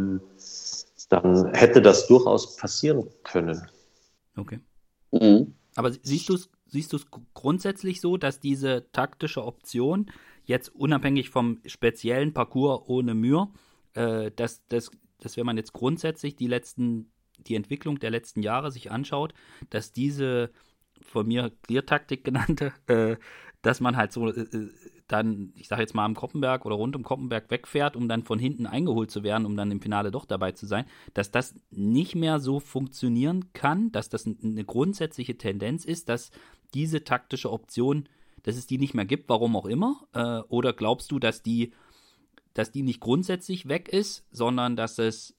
Speaker 3: dann hätte das durchaus passieren können.
Speaker 1: Okay. Aber siehst du es grundsätzlich so, dass diese taktische Option jetzt unabhängig vom speziellen Parcours ohne Mühe, dass wenn man jetzt grundsätzlich die Entwicklung der letzten Jahre sich anschaut, dass diese von mir Clear-Taktik genannte, dass man halt so dann, ich sage jetzt mal am Koppenberg oder rund um Koppenberg wegfährt, um dann von hinten eingeholt zu werden, um dann im Finale doch dabei zu sein, dass das nicht mehr so funktionieren kann, dass das eine grundsätzliche Tendenz ist, dass diese taktische Option, dass es die nicht mehr gibt, warum auch immer, oder glaubst du, dass die nicht grundsätzlich weg ist, sondern dass es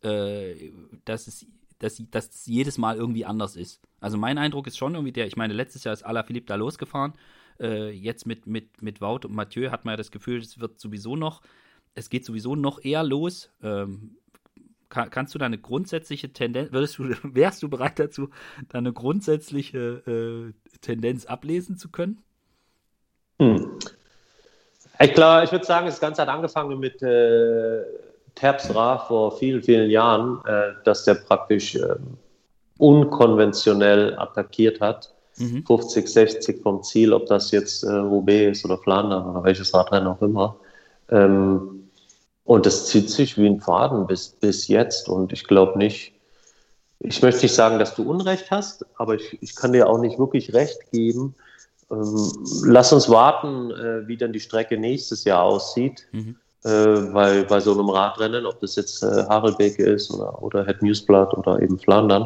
Speaker 1: jedes Mal irgendwie anders ist. Also mein Eindruck ist schon irgendwie ich meine, letztes Jahr ist Alaphilippe da losgefahren, jetzt mit Wout und Mathieu hat man ja das Gefühl, es geht sowieso noch eher los. Kannst du da eine grundsätzliche Tendenz, wärst du bereit dazu, da eine grundsätzliche Tendenz ablesen zu können?
Speaker 3: Ich würde sagen, das Ganze hat angefangen mit Terpstra vor vielen, vielen Jahren, dass der praktisch unkonventionell attackiert hat. 50, 60 vom Ziel, ob das jetzt Roubaix ist oder Flandern oder welches Radrennen auch immer. Und das zieht sich wie ein Faden bis jetzt. Und ich glaube nicht, ich möchte nicht sagen, dass du Unrecht hast, aber ich kann dir auch nicht wirklich recht geben. Lass uns warten, wie dann die Strecke nächstes Jahr aussieht. Weil bei so einem Radrennen, ob das jetzt Harelbeke ist oder Het Nieuwsblad oder eben Flandern,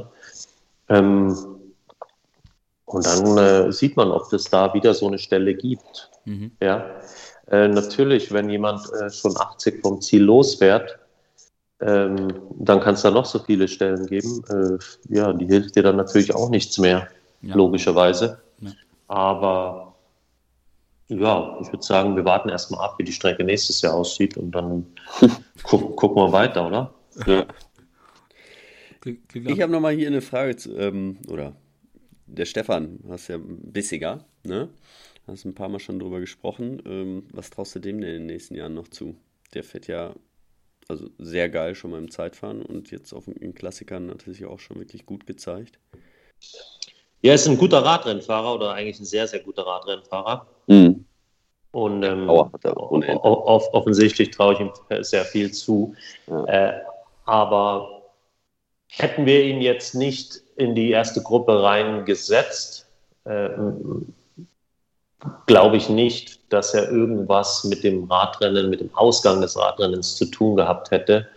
Speaker 3: und dann sieht man, ob es da wieder so eine Stelle gibt. Ja? Natürlich, wenn jemand schon 80 vom Ziel losfährt, dann kann es da noch so viele Stellen geben. Ja, die hilft dir dann natürlich auch nichts mehr, logischerweise. Ja. Aber ja, ich würde sagen, wir warten erstmal ab, wie die Strecke nächstes Jahr aussieht und dann gucken wir weiter, oder?
Speaker 2: Ja. Ich habe nochmal hier eine Frage oder der Stefan, hast ja Bissiger, ne? Hast ein paar Mal schon drüber gesprochen. Was traust du dem denn in den nächsten Jahren noch zu? Der fährt ja also sehr geil schon mal im Zeitfahren und jetzt auf den Klassikern hat er sich auch schon wirklich gut gezeigt.
Speaker 3: Ja, er ist ein guter Radrennfahrer oder eigentlich ein sehr, sehr guter Radrennfahrer. Und offensichtlich traue ich ihm sehr viel zu. Ja. Aber hätten wir ihn jetzt nicht in die erste Gruppe reingesetzt, glaube ich nicht, dass er irgendwas mit dem Radrennen, mit dem Ausgang des Radrennens zu tun gehabt hätte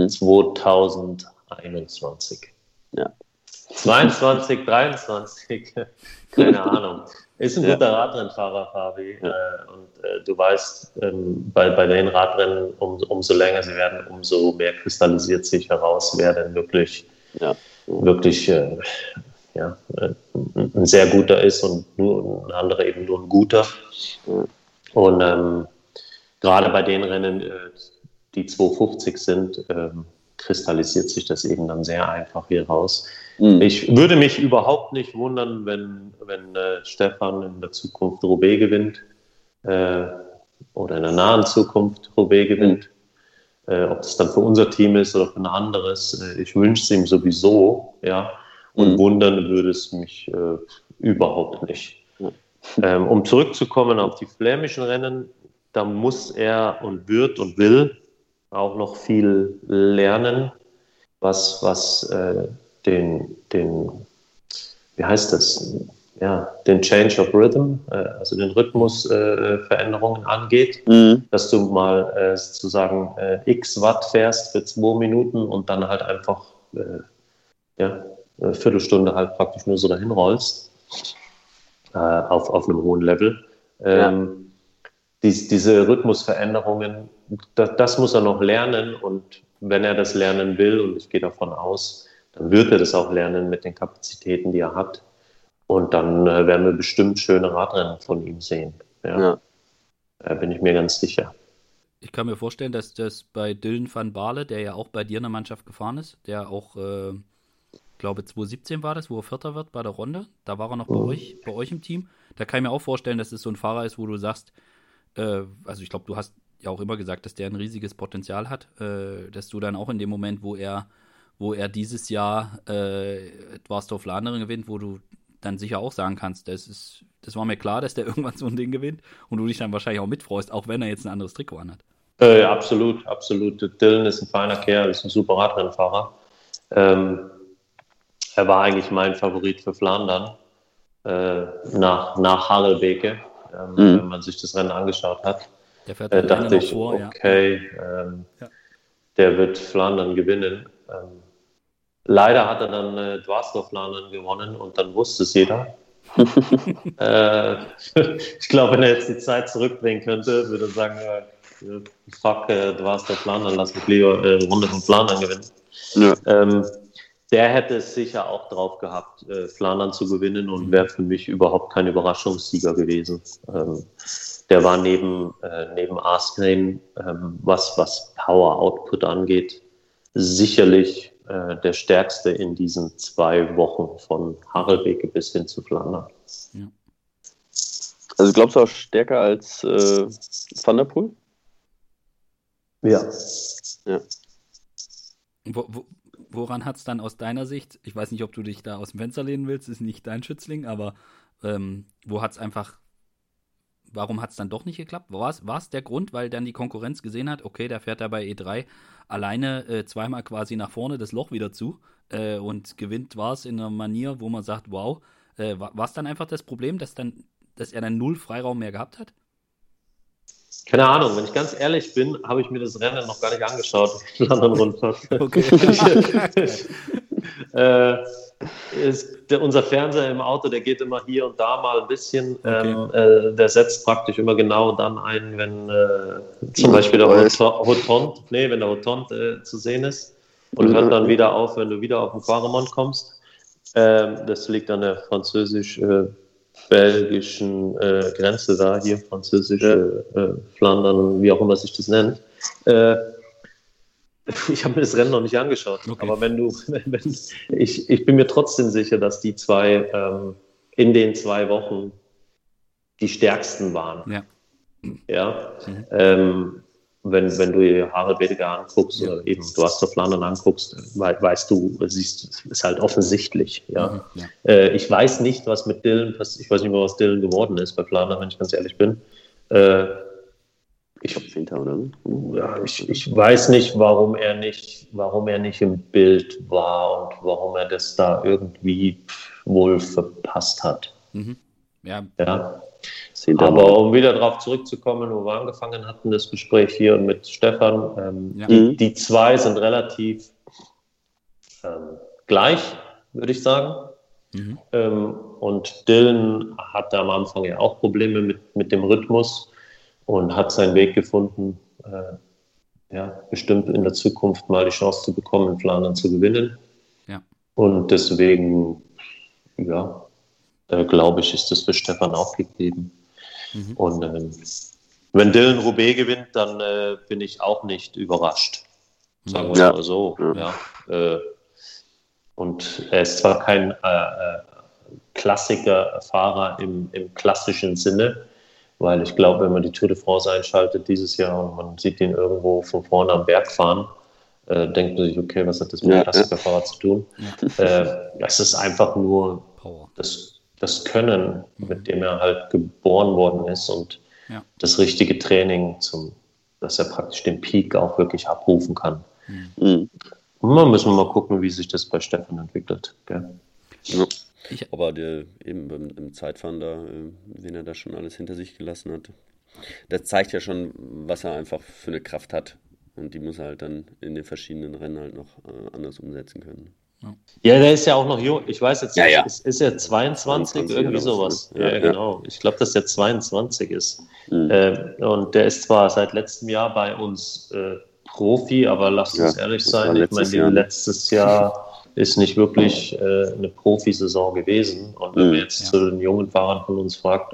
Speaker 3: 2021. Ja. 22, 23, keine Ahnung. Ist ein guter Radrennfahrer, Fabi. Und du weißt, bei den Radrennen, umso länger sie werden, umso mehr kristallisiert sich heraus, wer denn wirklich ein sehr guter ist und nur ein anderer eben nur ein guter. Und gerade bei den Rennen, die 250 sind, kristallisiert sich das eben dann sehr einfach hier raus. Ich würde mich überhaupt nicht wundern, wenn Stefan in der Zukunft Roubaix gewinnt oder in der nahen Zukunft Roubaix gewinnt. Ob das dann für unser Team ist oder für ein anderes. Ich wünsche es ihm sowieso, ja. Und wundern würde es mich überhaupt nicht. Um zurückzukommen auf die flämischen Rennen, da muss er und wird und will auch noch viel lernen, was den wie heißt das? Ja, den Change of Rhythm, also den Rhythmusveränderungen angeht, dass du mal sozusagen x Watt fährst für 2 Minuten und dann halt einfach eine Viertelstunde halt praktisch nur so dahin rollst auf einem hohen Level. Diese Rhythmusveränderungen, das muss er noch lernen und wenn er das lernen will, und ich gehe davon aus, dann wird er das auch lernen mit den Kapazitäten, die er hat. Und dann werden wir bestimmt schöne Radrennen von ihm sehen. Da bin ich mir ganz sicher.
Speaker 1: Ich kann mir vorstellen, dass das bei Dylan van Baarle, der ja auch bei dir in der Mannschaft gefahren ist, der auch, glaube 2017 war das, wo er Vierter wird bei der Runde. Da war er noch bei euch im Team. Da kann ich mir auch vorstellen, dass es so ein Fahrer ist, wo du sagst, also ich glaube, du hast ja auch immer gesagt, dass der ein riesiges Potenzial hat, dass du dann auch in dem Moment, wo er dieses Jahr Dwars Flandern gewinnt, wo du dann sicher auch sagen kannst, das war mir klar, dass der irgendwann so ein Ding gewinnt und du dich dann wahrscheinlich auch mitfreust, auch wenn er jetzt ein anderes Trikot anhat.
Speaker 3: Absolut. Dylan ist ein feiner Kerl, ist ein super Radrennfahrer. Er war eigentlich mein Favorit für Flandern nach Harelbeke, wenn man sich das Rennen angeschaut hat.
Speaker 1: Der fährt
Speaker 3: dachte ich, vor, okay, der wird Flandern gewinnen. Leider hat er dann Dwars Flandern gewonnen und dann wusste es jeder. Ich glaube, wenn er jetzt die Zeit zurückbringen könnte, würde er sagen, fuck, Dwars Flandern, lass mich lieber Runde von Flandern gewinnen. Ja. Der hätte es sicher auch drauf gehabt, Flandern zu gewinnen und wäre für mich überhaupt kein Überraschungssieger gewesen. Der war neben Asgreen, was Power Output angeht, sicherlich der stärkste in diesen 2 Wochen von Harelbeke bis hin zu Flandern. Ja.
Speaker 2: Also glaubst du auch stärker als Van der Poel?
Speaker 3: Ja.
Speaker 1: woran hat es dann aus deiner Sicht, ich weiß nicht, ob du dich da aus dem Fenster lehnen willst, ist nicht dein Schützling, aber wo hat es einfach, warum hat es dann doch nicht geklappt? War es der Grund, weil dann die Konkurrenz gesehen hat, okay, der fährt da bei E3 alleine zweimal quasi nach vorne das Loch wieder zu und gewinnt war es in einer Manier, wo man sagt, wow, war es dann einfach das Problem, dass er dann null Freiraum mehr gehabt hat?
Speaker 3: Keine Ahnung, wenn ich ganz ehrlich bin, habe ich mir das Rennen noch gar nicht angeschaut, die anderen Rundfahrt.
Speaker 1: Okay.
Speaker 3: Unser Fernseher im Auto, der geht immer hier und da mal ein bisschen.
Speaker 1: Okay.
Speaker 3: Der setzt praktisch immer genau dann ein, wenn zum Beispiel der Rotonde zu sehen ist und hört dann wieder auf, wenn du wieder auf den Quaremont kommst. Das liegt an der französisch-belgischen Grenze da, hier französische Flandern, wie auch immer sich das nennt. Ich habe mir das Rennen noch nicht angeschaut,
Speaker 1: okay.
Speaker 3: Aber ich bin mir trotzdem sicher, dass die zwei in den 2 Wochen die stärksten waren. Ja. Wenn du dir Harald Bedegar anguckst oder eben du hast auf Flandern anguckst, weißt du, siehst, ist halt offensichtlich. Ja. Ich weiß nicht, was mit Dylan passiert. Ich weiß nicht mehr, was Dylan geworden ist bei Flandern, wenn ich ganz ehrlich bin. Ich weiß nicht, warum er nicht im Bild war und warum er das da irgendwie wohl verpasst hat. Ja. Aber um wieder darauf zurückzukommen, wo wir angefangen hatten, das Gespräch hier mit Stefan, die 2 sind relativ gleich, würde ich sagen. Und Dylan hatte am Anfang ja auch Probleme mit dem Rhythmus und hat seinen Weg gefunden, bestimmt in der Zukunft mal die Chance zu bekommen, in Flandern zu gewinnen.
Speaker 1: Ja.
Speaker 3: Und deswegen, glaube ich, ist das für Stefan auch gegeben. Und wenn Dylan Roubaix gewinnt, dann bin ich auch nicht überrascht. Sagen wir mal so. Ja. Und er ist zwar kein Klassikerfahrer im klassischen Sinne, weil ich glaube, wenn man die Tour de France einschaltet dieses Jahr und man sieht ihn irgendwo von vorne am Berg fahren, denkt man sich, okay, was hat das mit dem Klassikerfahrer zu tun? Es ist einfach nur das Können, mit dem er halt geboren worden ist und das richtige Training, dass er praktisch den Peak auch wirklich abrufen kann. Man müssen mal gucken, wie sich das bei Stefan entwickelt. Gell?
Speaker 2: Ja. Aber eben im Zeitfahren da, wen er da schon alles hinter sich gelassen hat, das zeigt ja schon, was er einfach für eine Kraft hat. Und die muss er halt dann in den verschiedenen Rennen halt noch anders umsetzen können.
Speaker 3: Ja, der ist ja auch noch jung. Ich weiß jetzt nicht, ist er 22 irgendwie sowas? Ja, genau. Ich glaube, dass der 22 ist. Und der ist zwar seit letztem Jahr bei uns Profi, aber lasst uns ehrlich sein, ich meine, letztes Jahr ist nicht wirklich eine Profisaison gewesen. Und wenn man jetzt zu den jungen Fahrern von uns fragt,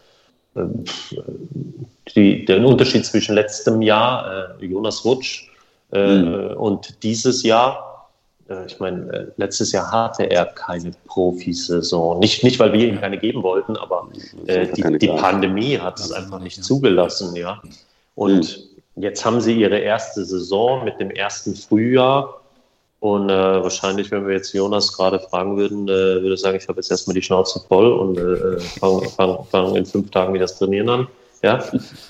Speaker 3: den Unterschied zwischen letztem Jahr, Jonas Rutsch, und dieses Jahr, ich meine, letztes Jahr hatte er keine Profisaison. Nicht, weil wir ihm keine geben wollten, aber die Pandemie hat es einfach nicht zugelassen. Ja. Und jetzt haben sie ihre erste Saison mit dem ersten Frühjahr. Und wahrscheinlich, wenn wir jetzt Jonas gerade fragen würden, würde er sagen, ich habe jetzt erstmal die Schnauze voll und fange in 5 Tagen wieder das Trainieren an. Ja?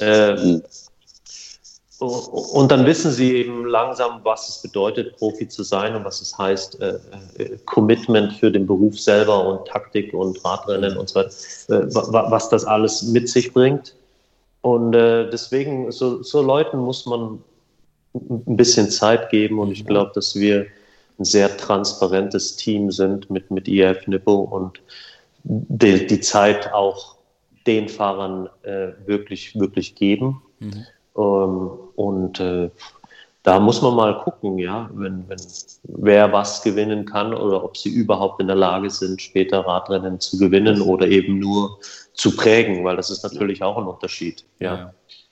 Speaker 3: Und dann wissen sie eben langsam, was es bedeutet, Profi zu sein und was es heißt, Commitment für den Beruf selber und Taktik und Radrennen und so weiter, was das alles mit sich bringt. Und deswegen, so Leuten muss man ein bisschen Zeit geben und ich glaube, dass wir ein sehr transparentes Team sind mit IF Nippo und die Zeit auch den Fahrern wirklich, wirklich geben. Und da muss man mal gucken, ja, wenn wer was gewinnen kann oder ob sie überhaupt in der Lage sind, später Radrennen zu gewinnen oder eben nur zu prägen, weil das ist natürlich auch ein Unterschied. Ja.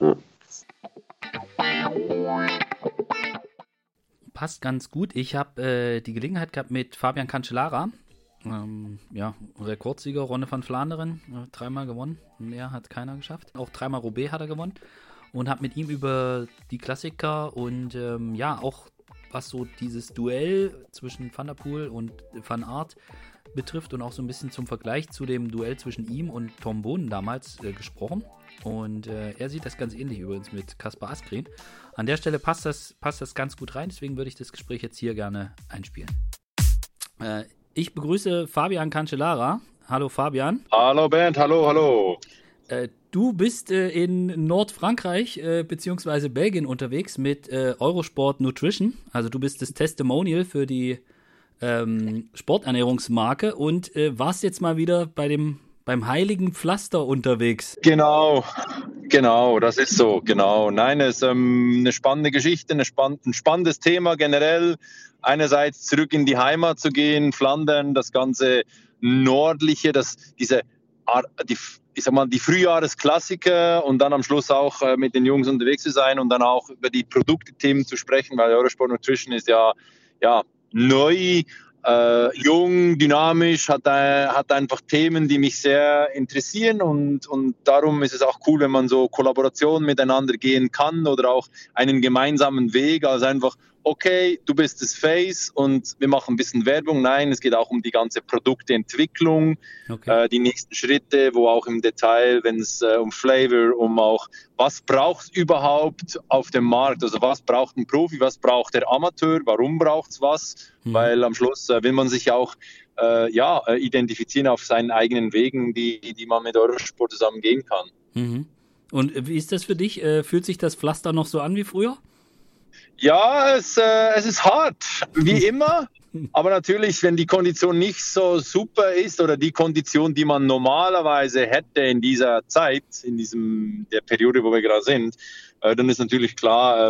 Speaker 1: Passt ganz gut. Ich habe die Gelegenheit gehabt mit Fabian Cancellara, Rekordsieger, Ronde van Vlaanderen, 3-mal gewonnen. Mehr hat keiner geschafft. Auch 3-mal Roubaix hat er gewonnen. Und habe mit ihm über die Klassiker und auch was so dieses Duell zwischen Van der Poel und Van Aert betrifft und auch so ein bisschen zum Vergleich zu dem Duell zwischen ihm und Tom Boonen damals gesprochen. Und er sieht das ganz ähnlich übrigens mit Kaspar Asgreen. An der Stelle passt das ganz gut rein, deswegen würde ich das Gespräch jetzt hier gerne einspielen. Ich begrüße Fabian Cancellara. Hallo Fabian.
Speaker 4: Hallo Bernd, hallo.
Speaker 1: Du bist in Nordfrankreich bzw. Belgien unterwegs mit Eurosport Nutrition. Also du bist das Testimonial für die Sporternährungsmarke und warst jetzt mal wieder beim Heiligen Pflaster unterwegs.
Speaker 4: Genau, das ist so, genau. Nein, es ist eine spannende Geschichte, ein spannendes Thema generell. Einerseits zurück in die Heimat zu gehen, Flandern, das ganze Nordliche, die Frühjahresklassiker und dann am Schluss auch mit den Jungs unterwegs zu sein und dann auch über die Produktethemen zu sprechen, weil Eurosport Nutrition ist ja neu, jung, dynamisch, hat einfach Themen, die mich sehr interessieren und darum ist es auch cool, wenn man so Kollaborationen miteinander gehen kann oder auch einen gemeinsamen Weg, also einfach, okay, du bist das Face und wir machen ein bisschen Werbung. Nein, es geht auch um die ganze Produkteentwicklung, okay. Die nächsten Schritte, wo auch im Detail, wenn es um Flavor, um auch, was braucht es überhaupt auf dem Markt? Also was braucht ein Profi, was braucht der Amateur, warum braucht es was? Weil am Schluss will man sich auch identifizieren auf seinen eigenen Wegen, die man mit Eurosport zusammen gehen kann.
Speaker 1: Mhm. Und wie ist das für dich? Fühlt sich das Pflaster noch so an wie früher?
Speaker 4: Ja, es ist hart, wie immer. Aber natürlich, wenn die Kondition nicht so super ist oder die Kondition, die man normalerweise hätte in dieser Zeit, der Periode, wo wir gerade sind, dann ist natürlich klar,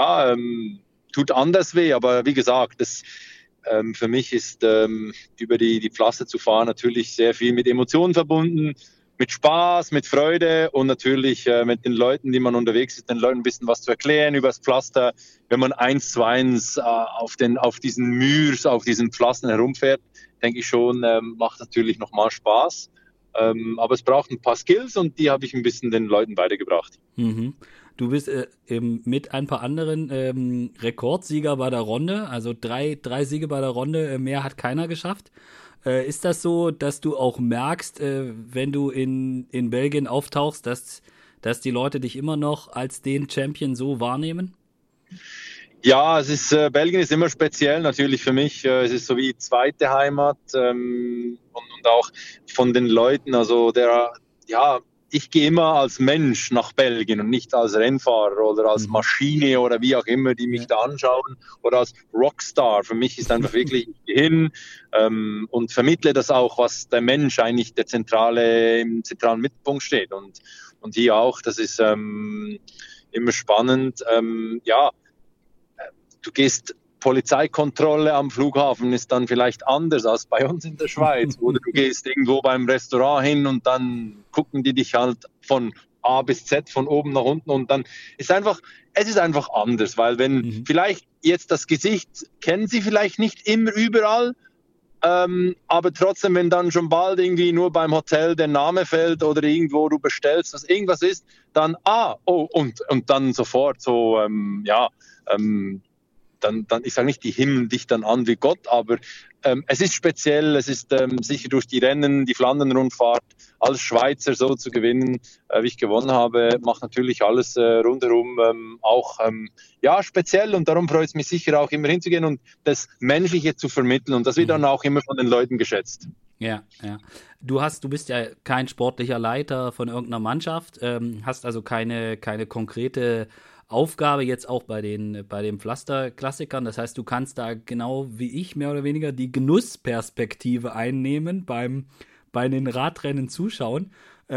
Speaker 4: tut anders weh. Aber wie gesagt, für mich ist über die Pflaster zu fahren natürlich sehr viel mit Emotionen verbunden. Mit Spaß, mit Freude und natürlich mit den Leuten, die man unterwegs ist, den Leuten ein bisschen was zu erklären über das Pflaster. Wenn man 1:1 auf diesen Mürs, auf diesen Pflastern herumfährt, denke ich schon, macht natürlich nochmal Spaß. Aber es braucht ein paar Skills und die habe ich ein bisschen den Leuten weitergebracht.
Speaker 1: Mhm. Du bist mit ein paar anderen Rekordsieger bei der Runde, also drei Siege bei der Runde, mehr hat keiner geschafft. Ist das so, dass du auch merkst, wenn du in Belgien auftauchst, dass die Leute dich immer noch als den Champion so wahrnehmen?
Speaker 4: Ja, Belgien ist immer speziell natürlich für mich. Es ist so wie zweite Heimat und auch von den Leuten. Also ich gehe immer als Mensch nach Belgien und nicht als Rennfahrer oder als Maschine oder wie auch immer, die mich da anschauen oder als Rockstar. Für mich ist einfach wirklich, ich gehe hin und vermittle das auch, was der Mensch eigentlich im zentralen Mittelpunkt steht. Und hier auch, das ist immer spannend. Du gehst Polizeikontrolle am Flughafen ist dann vielleicht anders als bei uns in der Schweiz. Oder du gehst irgendwo beim Restaurant hin und dann gucken die dich halt von A bis Z, von oben nach unten und dann es ist einfach anders, weil wenn vielleicht jetzt das Gesicht kennen sie vielleicht nicht immer überall, aber trotzdem, wenn dann schon bald irgendwie nur beim Hotel der Name fällt oder irgendwo du bestellst, dass irgendwas ist, dann und dann sofort so, dann ich sage nicht, die himmeln dich dann an wie Gott, aber es ist speziell, es ist sicher durch die Rennen, die Flandern-Rundfahrt, als Schweizer so zu gewinnen, wie ich gewonnen habe, macht natürlich alles rundherum auch speziell und darum freut es mich sicher auch immer hinzugehen und das Menschliche zu vermitteln und das wird dann auch immer von den Leuten geschätzt.
Speaker 1: Ja. Du bist ja kein sportlicher Leiter von irgendeiner Mannschaft, hast also keine konkrete Aufgabe jetzt auch bei den Pflaster-Klassikern. Das heißt, du kannst da genau wie ich mehr oder weniger die Genussperspektive einnehmen bei den Radrennen zuschauen.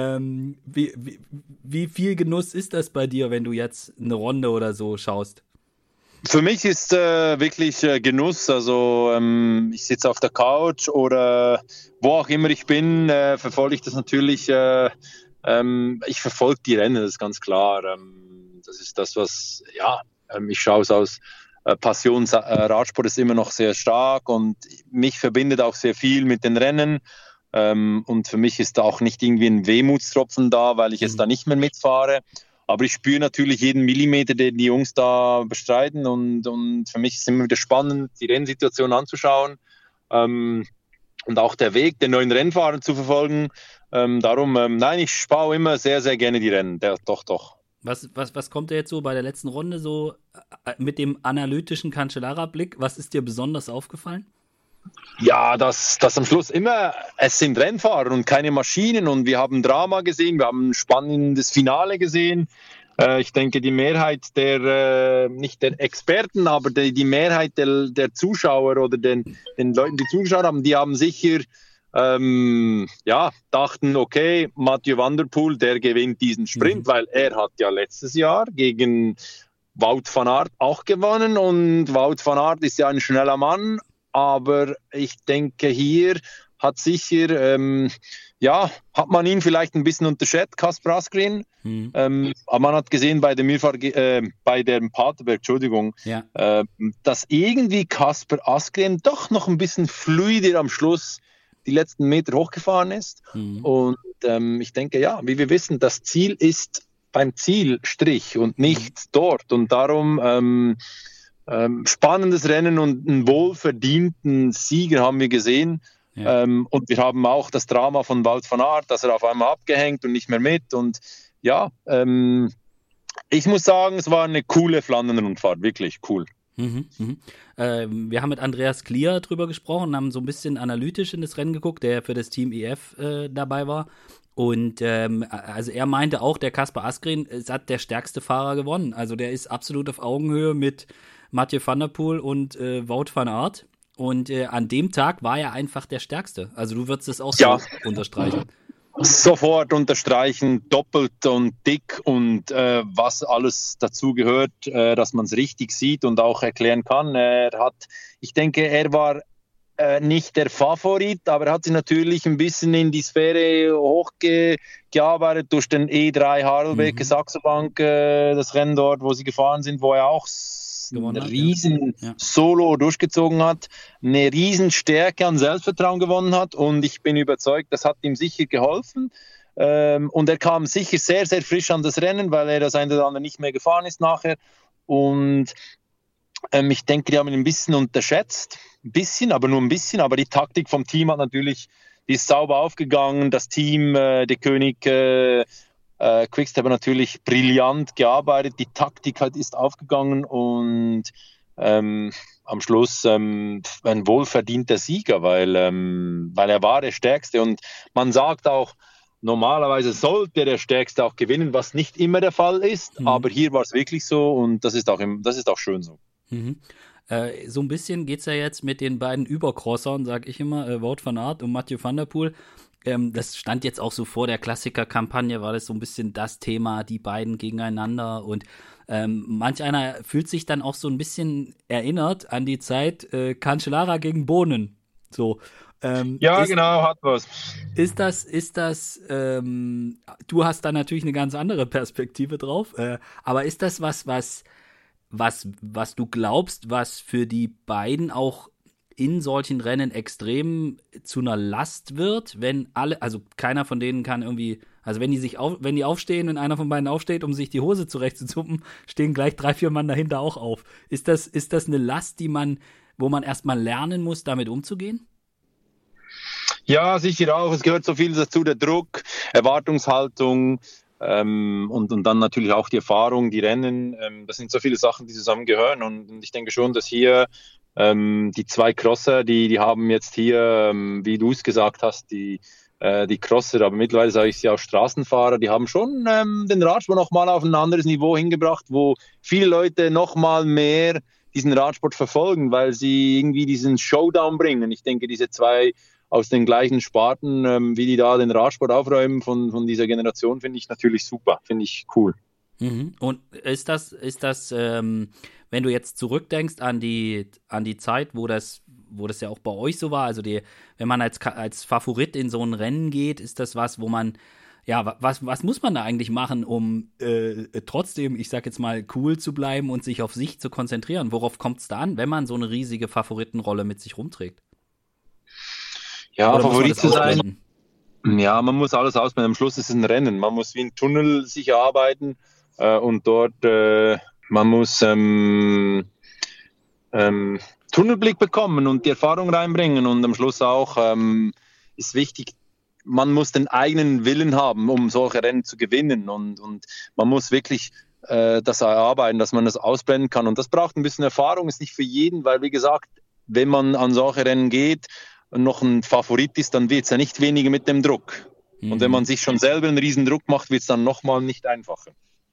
Speaker 1: Wie viel Genuss ist das bei dir, wenn du jetzt eine Runde oder so schaust?
Speaker 4: Für mich ist wirklich Genuss. Also ich sitze auf der Couch oder wo auch immer ich bin, verfolge ich das natürlich. Ich verfolge die Rennen, das ist ganz klar. Das ist das, was, ich schaue es aus Passion. Radsport ist immer noch sehr stark und mich verbindet auch sehr viel mit den Rennen. Und für mich ist da auch nicht irgendwie ein Wehmutstropfen da, weil ich jetzt da nicht mehr mitfahre. aber ich spüre natürlich jeden Millimeter, den die Jungs da bestreiten und für mich ist es immer wieder spannend, die Rennsituation anzuschauen und auch der Weg der neuen Rennfahrer zu verfolgen. Nein, ich schaue immer sehr, sehr gerne die Rennen, doch.
Speaker 1: Was kommt dir jetzt so bei der letzten Runde so mit dem analytischen Cancellara-Blick? Was ist dir besonders aufgefallen?
Speaker 4: Ja, dass am Schluss immer, es sind Rennfahrer und keine Maschinen und wir haben Drama gesehen, wir haben ein spannendes Finale gesehen. Ich denke, die Mehrheit nicht der Experten, aber die Mehrheit der Zuschauer oder den Leuten, die zugeschaut haben, die haben sicher dachten, okay, Mathieu van der Poel, der gewinnt diesen Sprint, weil er hat ja letztes Jahr gegen Wout van Aert auch gewonnen und Wout van Aert ist ja ein schneller Mann, aber ich denke, hier hat sicher, hat man ihn vielleicht ein bisschen unterschätzt, Kasper Asgreen. Aber man hat gesehen bei dem Paterberg, dass irgendwie Kasper Asgreen doch noch ein bisschen fluider am Schluss die letzten Meter hochgefahren ist. Und ich denke, ja, wie wir wissen, das Ziel ist beim Zielstrich und nicht dort. Und darum spannendes Rennen und einen wohlverdienten Sieger haben wir gesehen. Ja. Und wir haben auch das Drama von Wout van Aert, dass er auf einmal abgehängt und nicht mehr mit. Und ja, ich muss sagen, es war eine coole Flandern-Rundfahrt, wirklich cool.
Speaker 1: Wir haben mit Andreas Klier drüber gesprochen, haben so ein bisschen analytisch in das Rennen geguckt, der für das Team EF dabei war. Und also er meinte auch, der Kasper Asgreen hat der stärkste Fahrer gewonnen. Also der ist absolut auf Augenhöhe mit Mathieu van der Poel und Wout van Aert. Und an dem Tag war er einfach der Stärkste. Also du würdest es auch so unterstreichen.
Speaker 4: Sofort unterstreichen, doppelt und dick und was alles dazu gehört, dass man es richtig sieht und auch erklären kann. Ich denke, er war nicht der Favorit, aber er hat sich natürlich ein bisschen in die Sphäre hochgearbeitet durch den E3 Harelbeke Saxo Bank, das Rennen dort, wo sie gefahren sind, wo er auch einen riesen Solo durchgezogen hat, eine riesen Stärke an Selbstvertrauen gewonnen hat und ich bin überzeugt, das hat ihm sicher geholfen und er kam sicher sehr, sehr frisch an das Rennen, weil er das eine oder andere nicht mehr gefahren ist nachher und ich denke, die haben ihn ein bisschen unterschätzt, aber nur ein bisschen, aber die Taktik vom Team hat natürlich, die ist sauber aufgegangen, das Team, der König Quickstep hat natürlich brillant gearbeitet, die Taktik ist aufgegangen und am Schluss ein wohlverdienter Sieger, weil er war der Stärkste und man sagt auch, normalerweise sollte der Stärkste auch gewinnen, was nicht immer der Fall ist, aber hier war es wirklich so und das ist auch schön so.
Speaker 1: So ein bisschen geht es ja jetzt mit den beiden Übercrossern, sag ich immer, Wout van Aert und Mathieu van der Poel. Das stand jetzt auch so vor der Klassiker-Kampagne, war das so ein bisschen das Thema, die beiden gegeneinander und manch einer fühlt sich dann auch so ein bisschen erinnert an die Zeit Cancellara gegen Boonen. So.
Speaker 4: Genau, hat was.
Speaker 1: Ist das, du hast da natürlich eine ganz andere Perspektive drauf, aber ist das was du glaubst, was für die beiden auch in solchen Rennen extrem zu einer Last wird, wenn alle, also keiner von denen kann irgendwie, also wenn die aufstehen, wenn einer von beiden aufsteht, um sich die Hose zurechtzuzuppen, stehen gleich 3-4 Mann dahinter auch auf. Ist das eine Last, wo man erstmal lernen muss, damit umzugehen?
Speaker 4: Ja, sicher auch. Es gehört so viel dazu, der Druck, Erwartungshaltung, und dann natürlich auch die Erfahrung, die Rennen, das sind so viele Sachen, die zusammengehören und ich denke schon, dass hier die zwei Crosser, die haben jetzt hier, wie du es gesagt hast, die Crosser, aber mittlerweile sage ich sie auch Straßenfahrer, die haben schon den Radsport nochmal auf ein anderes Niveau hingebracht, wo viele Leute nochmal mehr diesen Radsport verfolgen, weil sie irgendwie diesen Showdown bringen. Ich denke, diese zwei aus den gleichen Sparten, wie die da den Radsport aufräumen von dieser Generation, finde ich natürlich super, finde ich cool.
Speaker 1: Und ist das, wenn du jetzt zurückdenkst an die Zeit, wo das ja auch bei euch so war, also wenn man als Favorit in so ein Rennen geht, ist das was, wo man, ja, was muss man da eigentlich machen, um trotzdem, ich sag jetzt mal, cool zu bleiben und sich auf sich zu konzentrieren? Worauf kommt es da an, wenn man so eine riesige Favoritenrolle mit sich rumträgt?
Speaker 4: Ja, Favorit zu sein. Ja, man muss alles ausblenden. Am Schluss ist es ein Rennen. Man muss wie ein Tunnel sich erarbeiten und dort, man muss Tunnelblick bekommen und die Erfahrung reinbringen und am Schluss auch ist wichtig, man muss den eigenen Willen haben, um solche Rennen zu gewinnen und man muss wirklich das erarbeiten, dass man das ausblenden kann und das braucht ein bisschen Erfahrung, ist nicht für jeden, weil wie gesagt, wenn man an solche Rennen geht und noch ein Favorit ist, dann wird es ja nicht weniger mit dem Druck. Und wenn man sich schon selber einen riesen Druck macht, wird es dann nochmal nicht einfacher.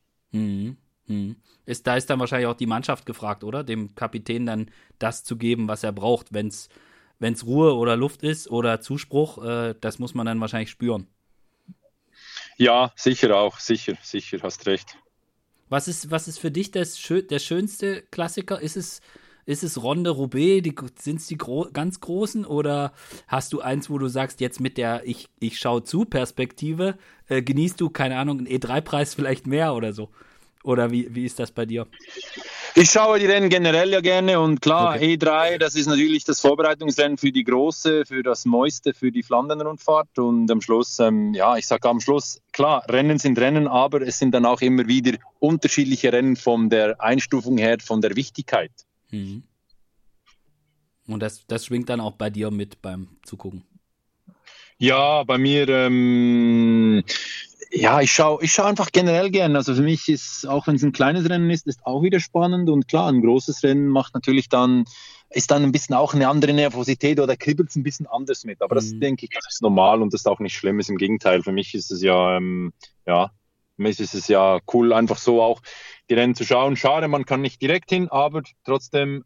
Speaker 1: Da ist dann wahrscheinlich auch die Mannschaft gefragt, oder? Dem Kapitän dann das zu geben, was er braucht, wenn's Ruhe oder Luft ist oder Zuspruch, das muss man dann wahrscheinlich spüren.
Speaker 4: Ja, sicher auch, sicher, hast recht.
Speaker 1: Was ist für dich der schönste Klassiker? Ist es Ronde Roubaix? Sind es die ganz großen? Oder hast du eins, wo du sagst, jetzt mit der ich schaue zu Perspektive, genießt du, keine Ahnung, einen E3-Preis vielleicht mehr oder so? Oder wie ist das bei dir?
Speaker 4: Ich schaue die Rennen generell ja gerne und klar,
Speaker 1: Okay.
Speaker 4: E3, das ist natürlich das Vorbereitungsrennen für die große, für das Neueste, für die Flandern-Rundfahrt und am Schluss, ich sage am Schluss, klar, Rennen sind Rennen, aber es sind dann auch immer wieder unterschiedliche Rennen von der Einstufung her, von der Wichtigkeit.
Speaker 1: Und das schwingt dann auch bei dir mit beim Zugucken?
Speaker 4: Ja, bei mir, ich schaue einfach generell gern. Also für mich ist, auch wenn es ein kleines Rennen ist auch wieder spannend. Und klar, ein großes Rennen ist dann ein bisschen auch eine andere Nervosität oder kribbelt es ein bisschen anders mit. Aber das denke ich, das ist normal und das ist auch nicht schlimm. Ist im Gegenteil. Für mich ist es für mich ist es ja cool, einfach so auch die Rennen zu schauen. Schade, man kann nicht direkt hin, aber trotzdem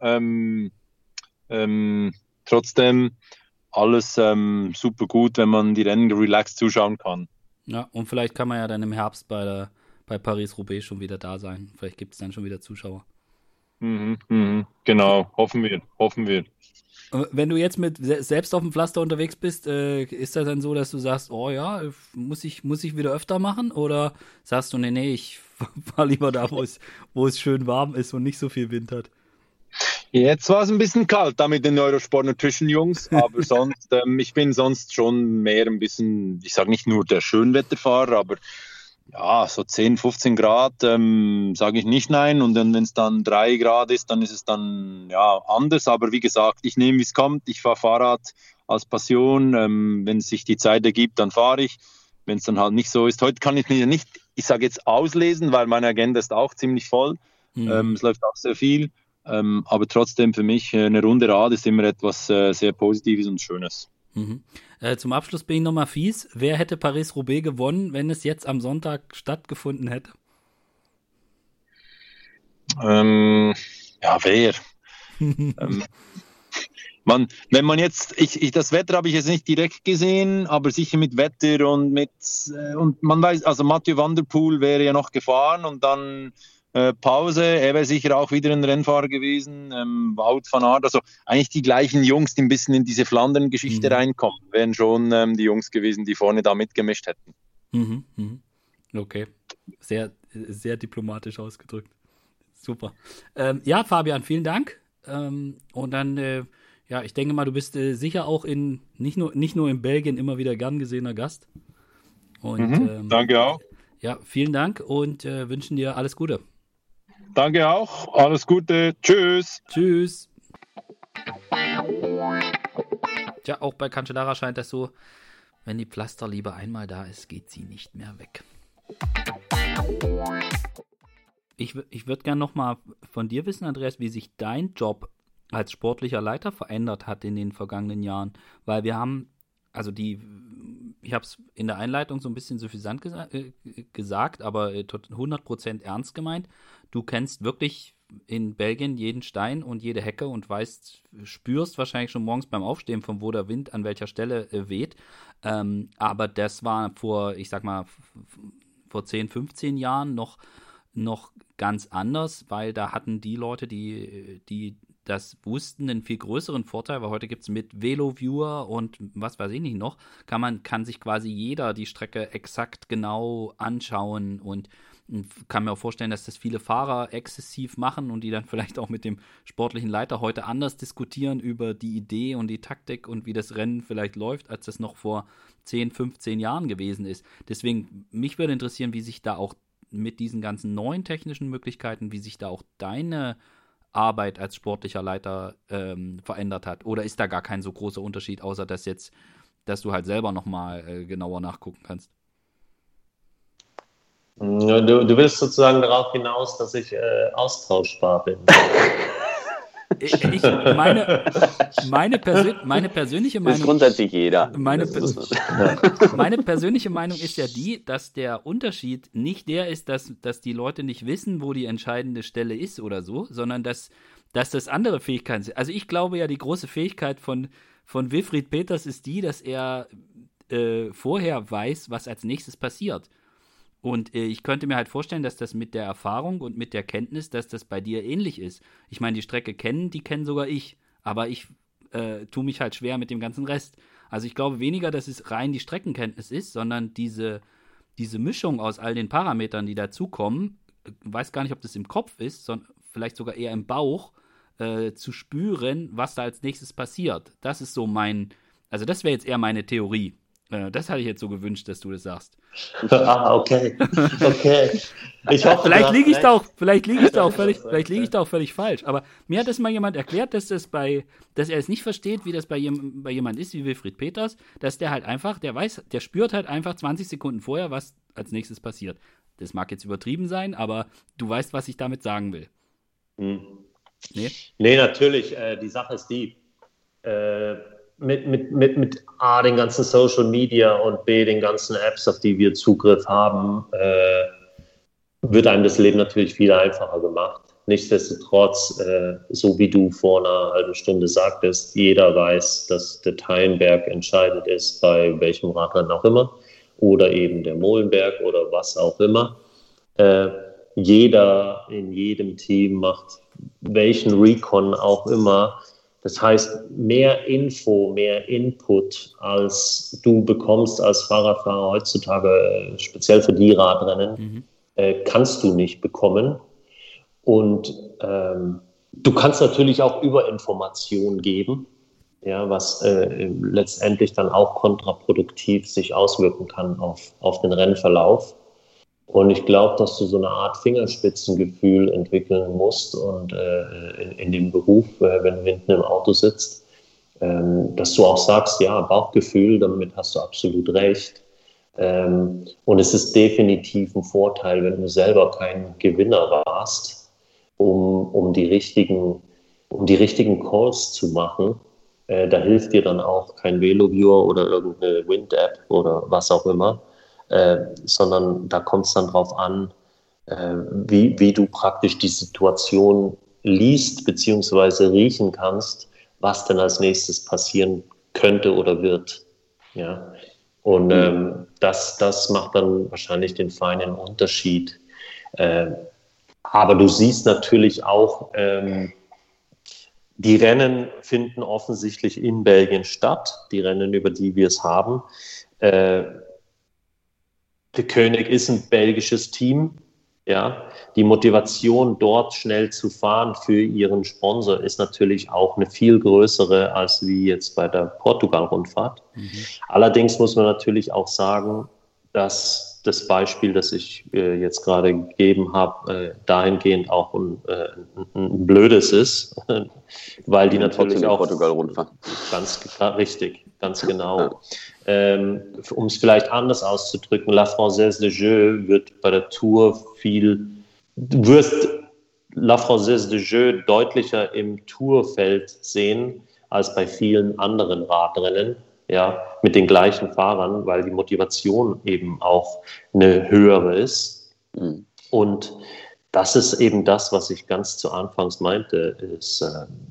Speaker 4: alles super gut, wenn man die Rennen relaxed zuschauen kann.
Speaker 1: Ja, und vielleicht kann man ja dann im Herbst bei Paris-Roubaix schon wieder da sein. Vielleicht gibt es dann schon wieder Zuschauer.
Speaker 4: Genau, hoffen wir.
Speaker 1: Wenn du jetzt selbst auf dem Pflaster unterwegs bist, ist das dann so, dass du sagst, oh ja, muss ich wieder öfter machen? Oder sagst du, nee, ich fahr lieber da, wo es schön warm ist und nicht so viel Wind hat?
Speaker 4: Jetzt war es ein bisschen kalt da mit den Eurosport Nutrition Jungs, aber sonst, ich bin sonst schon mehr ein bisschen, ich sage nicht nur der Schönwetterfahrer, aber ja, so 10, 15 Grad sage ich nicht nein und dann, wenn es dann 3 Grad ist, dann ist es dann anders, aber wie gesagt, ich nehme, wie es kommt, ich fahre Fahrrad als Passion, wenn sich die Zeit ergibt, dann fahre ich, wenn es dann halt nicht so ist. Heute kann ich mir nicht, ich sage jetzt auslesen, weil meine Agenda ist auch ziemlich voll, es läuft auch sehr viel. Aber trotzdem für mich eine runde Rad ist immer etwas sehr Positives und Schönes.
Speaker 1: Zum Abschluss bin ich nochmal fies. Wer hätte Paris-Roubaix gewonnen, wenn es jetzt am Sonntag stattgefunden hätte?
Speaker 4: Wer? Wenn man jetzt, das Wetter habe ich jetzt nicht direkt gesehen, aber sicher mit Wetter und und man weiß, also Mathieu van der Poel wäre ja noch gefahren und dann Pause, er wäre sicher auch wieder ein Rennfahrer gewesen, Wout van Aert, also eigentlich die gleichen Jungs, die ein bisschen in diese Flandern-Geschichte reinkommen, wären schon die Jungs gewesen, die vorne da mitgemischt hätten.
Speaker 1: Okay, sehr, sehr diplomatisch ausgedrückt. Super. Fabian, vielen Dank. Und dann, ich denke mal, du bist sicher auch nicht nur in Belgien immer wieder gern gesehener Gast. Und,
Speaker 4: danke auch.
Speaker 1: Ja, vielen Dank und wünschen dir alles Gute.
Speaker 4: Danke auch. Alles Gute. Tschüss.
Speaker 1: Tschüss. Tja, auch bei Cancellara scheint das so, wenn die Pflasterliebe einmal da ist, geht sie nicht mehr weg. Ich würde gerne noch mal von dir wissen, Andreas, wie sich dein Job als sportlicher Leiter verändert hat in den vergangenen Jahren. Weil wir haben, ich habe es in der Einleitung so ein bisschen suffisant gesagt, aber 100% ernst gemeint. Du kennst wirklich in Belgien jeden Stein und jede Hecke und spürst wahrscheinlich schon morgens beim Aufstehen, von wo der Wind an welcher Stelle weht. Aber das war vor 10, 15 Jahren noch ganz anders, weil da hatten die Leute, die das wussten, einen viel größeren Vorteil, weil heute gibt es mit VeloViewer und was weiß ich nicht noch, kann sich quasi jeder die Strecke exakt genau anschauen und kann mir auch vorstellen, dass das viele Fahrer exzessiv machen und die dann vielleicht auch mit dem sportlichen Leiter heute anders diskutieren über die Idee und die Taktik und wie das Rennen vielleicht läuft, als das noch vor 10, 15 Jahren gewesen ist. Deswegen, mich würde interessieren, wie sich da auch mit diesen ganzen neuen technischen Möglichkeiten, wie sich da auch deine Arbeit als sportlicher Leiter verändert hat? Oder ist da gar kein so großer Unterschied, außer dass du halt selber nochmal genauer nachgucken kannst?
Speaker 3: Du willst sozusagen darauf hinaus, dass ich austauschbar bin.
Speaker 1: Meine persönliche Meinung.
Speaker 2: Ist grundsätzlich jeder.
Speaker 1: Meine persönliche Meinung ist ja die, dass der Unterschied nicht der ist, dass die Leute nicht wissen, wo die entscheidende Stelle ist oder so, sondern dass das andere Fähigkeiten sind. Also ich glaube ja, die große Fähigkeit von Wilfried Peters ist die, dass er vorher weiß, was als nächstes passiert. Und ich könnte mir halt vorstellen, dass das mit der Erfahrung und mit der Kenntnis, dass das bei dir ähnlich ist. Ich meine, die Strecke die kenne sogar ich, aber ich tue mich halt schwer mit dem ganzen Rest. Also ich glaube weniger, dass es rein die Streckenkenntnis ist, sondern diese Mischung aus all den Parametern, die dazukommen, weiß gar nicht, ob das im Kopf ist, sondern vielleicht sogar eher im Bauch, zu spüren, was da als nächstes passiert. Das ist so also das wäre jetzt eher meine Theorie. Das hatte ich jetzt so gewünscht, dass du das sagst.
Speaker 3: Okay. Ich hoffe,
Speaker 1: vielleicht liege ich da auch völlig falsch. Aber mir hat das mal jemand erklärt, dass er es nicht versteht, wie das bei jemand ist, wie Wilfried Peters, dass der halt einfach, der spürt halt einfach 20 Sekunden vorher, was als nächstes passiert. Das mag jetzt übertrieben sein, aber du weißt, was ich damit sagen will.
Speaker 3: Nee, natürlich. Die Sache ist die, mit A, den ganzen Social Media und B, den ganzen Apps, auf die wir Zugriff haben, wird einem das Leben natürlich viel einfacher gemacht. Nichtsdestotrotz, so wie du vor einer halben Stunde sagtest, jeder weiß, dass der Teilenberg entscheidend ist, bei welchem Radrennen auch immer, oder eben der Molenberg oder was auch immer. Jeder in jedem Team macht welchen Recon auch immer. Das heißt, mehr Info, mehr Input, als du bekommst als Fahrradfahrer heutzutage, speziell für die Radrennen, kannst du nicht bekommen. Und du kannst natürlich auch Überinformation geben, ja, was letztendlich dann auch kontraproduktiv sich auswirken kann auf den Rennverlauf. Und ich glaube, dass du so eine Art Fingerspitzengefühl entwickeln musst und in dem Beruf, wenn du hinten im Auto sitzt, dass du auch sagst, ja, Bauchgefühl, damit hast du absolut recht. Und es ist definitiv ein Vorteil, wenn du selber kein Gewinner warst, um die richtigen Calls zu machen. Da hilft dir dann auch kein VeloViewer oder irgendeine Wind-App oder was auch immer. Sondern da kommt es dann drauf an, wie du praktisch die Situation liest bzw. riechen kannst, was denn als nächstes passieren könnte oder wird. Ja? Und das macht dann wahrscheinlich den feinen Unterschied. Aber du siehst natürlich auch, die Rennen finden offensichtlich in Belgien statt, die Rennen, über die wir es haben. Der König ist ein belgisches Team. Ja. Die Motivation, dort schnell zu fahren für ihren Sponsor, ist natürlich auch eine viel größere als wie jetzt bei der Portugal-Rundfahrt. Allerdings muss man natürlich auch sagen, dass das Beispiel, das ich jetzt gerade gegeben habe, dahingehend auch ein blödes ist, weil die natürlich auch
Speaker 2: Portugal-Rundfahrt.
Speaker 3: ganz richtig, ganz genau. Um es vielleicht anders auszudrücken, La Française de Jeu wird bei der Tour du wirst La Française de Jeu deutlicher im Tourfeld sehen als bei vielen anderen Radrennen, ja, mit den gleichen Fahrern, weil die Motivation eben auch eine höhere ist. Und das ist eben das, was ich ganz zu Anfangs meinte, es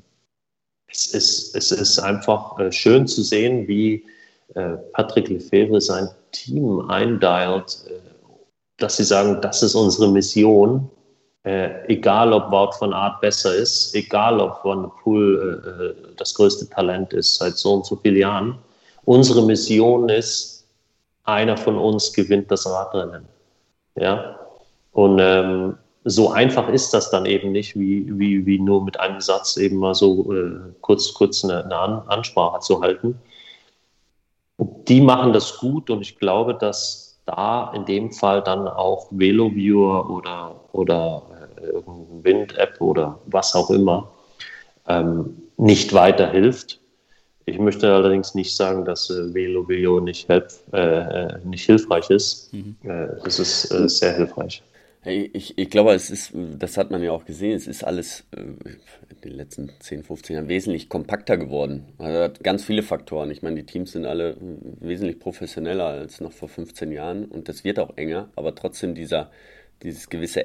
Speaker 3: ist einfach schön zu sehen, wie Patrick Lefevre sein Team eindialt, dass sie sagen, das ist unsere Mission, egal ob Wout van Aert besser ist, egal ob Van der Poel das größte Talent ist seit so und so vielen Jahren. Unsere Mission ist, einer von uns gewinnt das Radrennen. Ja? Und so einfach ist das dann eben nicht, wie nur mit einem Satz eben mal so kurz eine Ansprache zu halten. Die machen das gut und ich glaube, dass da in dem Fall dann auch VeloViewer oder irgendeine Wind-App oder was auch immer nicht weiterhilft. Ich möchte allerdings nicht sagen, dass VeloViewer nicht hilfreich ist. Es ist sehr hilfreich.
Speaker 2: Hey, ich glaube, das hat man ja auch gesehen, es ist alles in den letzten 10, 15 Jahren wesentlich kompakter geworden. Also hat ganz viele Faktoren. Ich meine, die Teams sind alle wesentlich professioneller als noch vor 15 Jahren und das wird auch enger, aber trotzdem dieses gewisse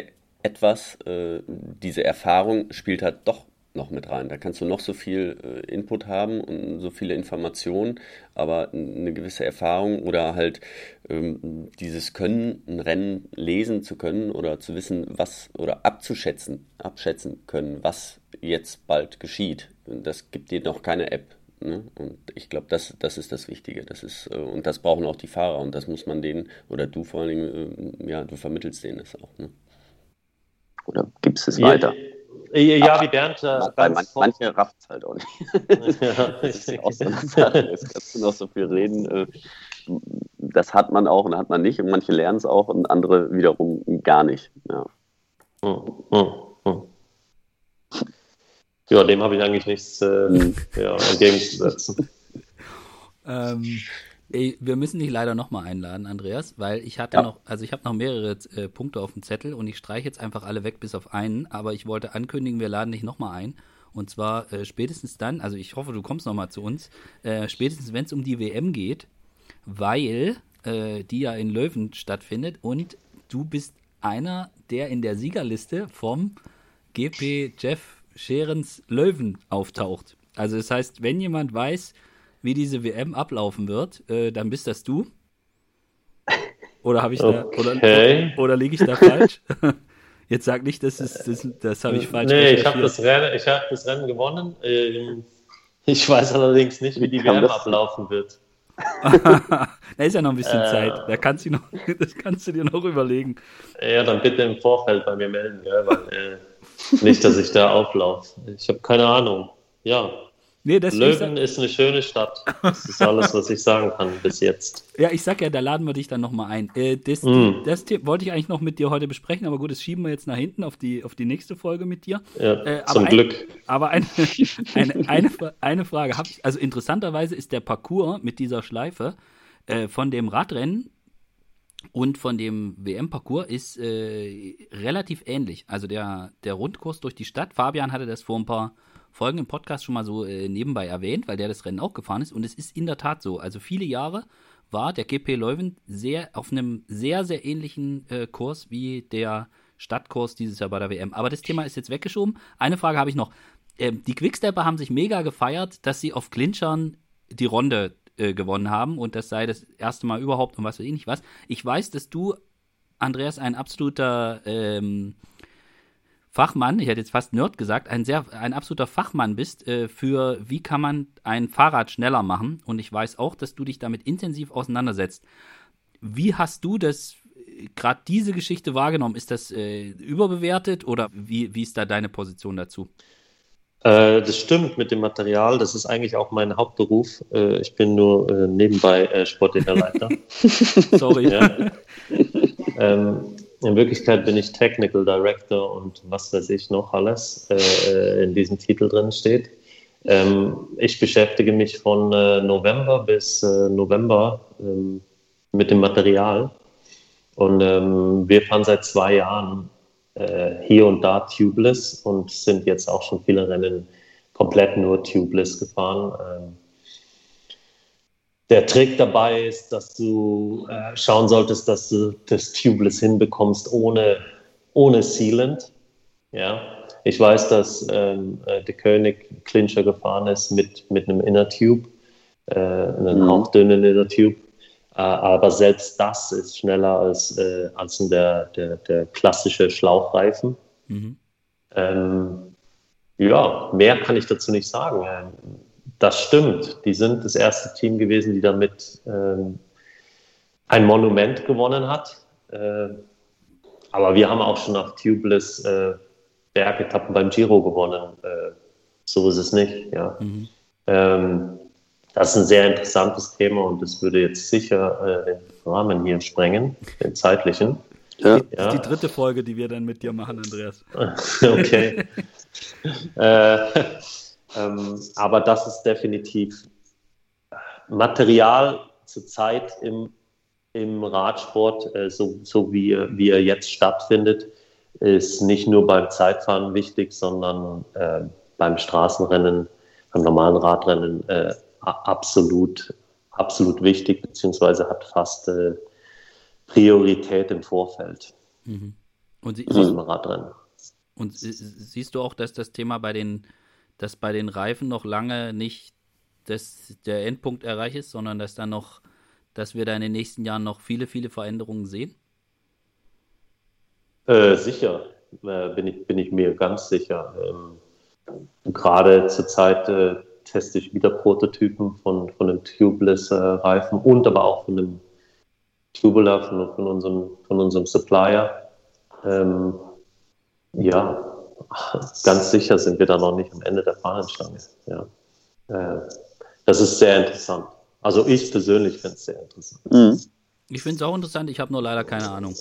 Speaker 2: diese Erfahrung spielt halt doch noch mit rein. Da kannst du noch so viel Input haben und so viele Informationen, aber eine gewisse Erfahrung oder halt dieses Können, ein Rennen lesen zu können oder zu wissen, was oder abschätzen können, was jetzt bald geschieht. Das gibt dir noch keine App. Ne? Und ich glaube, das ist das Wichtige. Und das brauchen auch die Fahrer und das muss man denen, oder du vor allen Dingen, du vermittelst denen das auch. Ne? Oder gibst es weiter?
Speaker 3: Ja, wie Bernd.
Speaker 2: Manche rafft es halt auch nicht. Das ist auch so eine Sache. Jetzt kannst du noch so viel reden. Das hat man auch und hat man nicht. Und manche lernen es auch und andere wiederum gar nicht. Ja,
Speaker 3: ja, dem habe ich eigentlich nichts entgegenzusetzen.
Speaker 1: Wir müssen dich leider nochmal einladen, Andreas, weil ich habe noch mehrere Punkte auf dem Zettel und ich streiche jetzt einfach alle weg bis auf einen, aber ich wollte ankündigen, wir laden dich nochmal ein und zwar spätestens dann, also ich hoffe, du kommst nochmal zu uns, spätestens wenn es um die WM geht, weil die ja in Löwen stattfindet und du bist einer, der in der Siegerliste vom GP Jeff Scherens Löwen auftaucht. Also das heißt, wenn jemand weiß, wie diese WM ablaufen wird, dann bist das du. Oder habe ich oder liege ich da falsch? Jetzt sag nicht, das habe ich falsch
Speaker 3: recherchiert. Ich habe das Rennen gewonnen. Ich weiß allerdings nicht, wie die WM ablaufen wird.
Speaker 1: Da ist ja noch ein bisschen Zeit. Das kannst du dir noch überlegen.
Speaker 3: Ja, dann bitte im Vorfeld bei mir melden, ja, weil nicht, dass ich da auflaufe. Ich habe keine Ahnung. Ja.
Speaker 1: Nee,
Speaker 3: Löwen ist eine schöne Stadt. Das ist alles, was ich sagen kann bis jetzt.
Speaker 1: Ja, ich sag ja, da laden wir dich dann nochmal ein. Das wollte ich eigentlich noch mit dir heute besprechen, aber gut, das schieben wir jetzt nach hinten auf die nächste Folge mit dir.
Speaker 3: Ja, zum Glück.
Speaker 1: Aber eine Frage. Also interessanterweise ist der Parcours mit dieser Schleife von dem Radrennen und von dem WM-Parcours ist relativ ähnlich. Also der Rundkurs durch die Stadt, Fabian hatte das vor ein paar Folgen im Podcast schon mal so nebenbei erwähnt, weil der das Rennen auch gefahren ist. Und es ist in der Tat so. Also viele Jahre war der GP Leuven auf einem sehr, sehr ähnlichen Kurs wie der Stadtkurs dieses Jahr bei der WM. Aber das Thema ist jetzt weggeschoben. Eine Frage habe ich noch. Die Quickstepper haben sich mega gefeiert, dass sie auf Clinchern die Runde gewonnen haben. Und das sei das erste Mal überhaupt und was weiß ich nicht was. Ich weiß, dass du, Andreas, ein absoluter Fachmann, ich hätte jetzt fast Nerd gesagt, ein absoluter Fachmann bist für, wie kann man ein Fahrrad schneller machen. Und ich weiß auch, dass du dich damit intensiv auseinandersetzt. Wie hast du das, gerade diese Geschichte wahrgenommen? Ist das überbewertet oder wie ist da deine Position dazu?
Speaker 3: Das stimmt mit dem Material. Das ist eigentlich auch mein Hauptberuf. Ich bin nur nebenbei sportlicher Leiter.
Speaker 1: Sorry. Ja.
Speaker 3: In Wirklichkeit bin ich Technical Director und was weiß ich noch alles in diesem Titel drin steht. Ich beschäftige mich von November bis November mit dem Material und wir fahren seit 2 Jahren hier und da tubeless und sind jetzt auch schon viele Rennen komplett nur tubeless gefahren. Der Trick dabei ist, dass du schauen solltest, dass du das Tubeless hinbekommst ohne Sealant. Ja? Ich weiß, dass der König Clincher gefahren ist mit einem Inner Tube, einen hauchdünnen Inner Tube. Aber selbst das ist schneller als der klassische Schlauchreifen. Ja, mehr kann ich dazu nicht sagen. Das stimmt. Die sind das erste Team gewesen, die damit ein Monument gewonnen hat. Aber wir haben auch schon auf Tubeless Bergetappen beim Giro gewonnen. So ist es nicht. Ja. Das ist ein sehr interessantes Thema und das würde jetzt sicher den Rahmen hier sprengen, den zeitlichen.
Speaker 1: Ja. Das ist die dritte Folge, die wir dann mit dir machen, Andreas.
Speaker 3: Okay. Aber das ist definitiv Material zurzeit im Radsport, so wie er jetzt stattfindet, ist nicht nur beim Zeitfahren wichtig, sondern beim Straßenrennen, beim normalen Radrennen absolut wichtig, beziehungsweise hat fast Priorität im Vorfeld.
Speaker 1: Mhm. Und
Speaker 3: Radrennen.
Speaker 1: Und siehst du auch, dass das Thema bei den Reifen noch lange nicht der Endpunkt erreicht ist, sondern dass wir da in den nächsten Jahren noch viele, viele Veränderungen sehen?
Speaker 3: Sicher, bin ich mir ganz sicher. Gerade zurzeit teste ich wieder Prototypen von einem Tubeless-Reifen und aber auch von einem Tubular, von unserem Supplier. Ja, ganz sicher sind wir da noch nicht am Ende der Fahnenstange. Ja. Das ist sehr interessant. Also ich persönlich finde es sehr interessant.
Speaker 2: Mhm.
Speaker 1: Ich finde es auch interessant, ich habe nur leider keine Ahnung.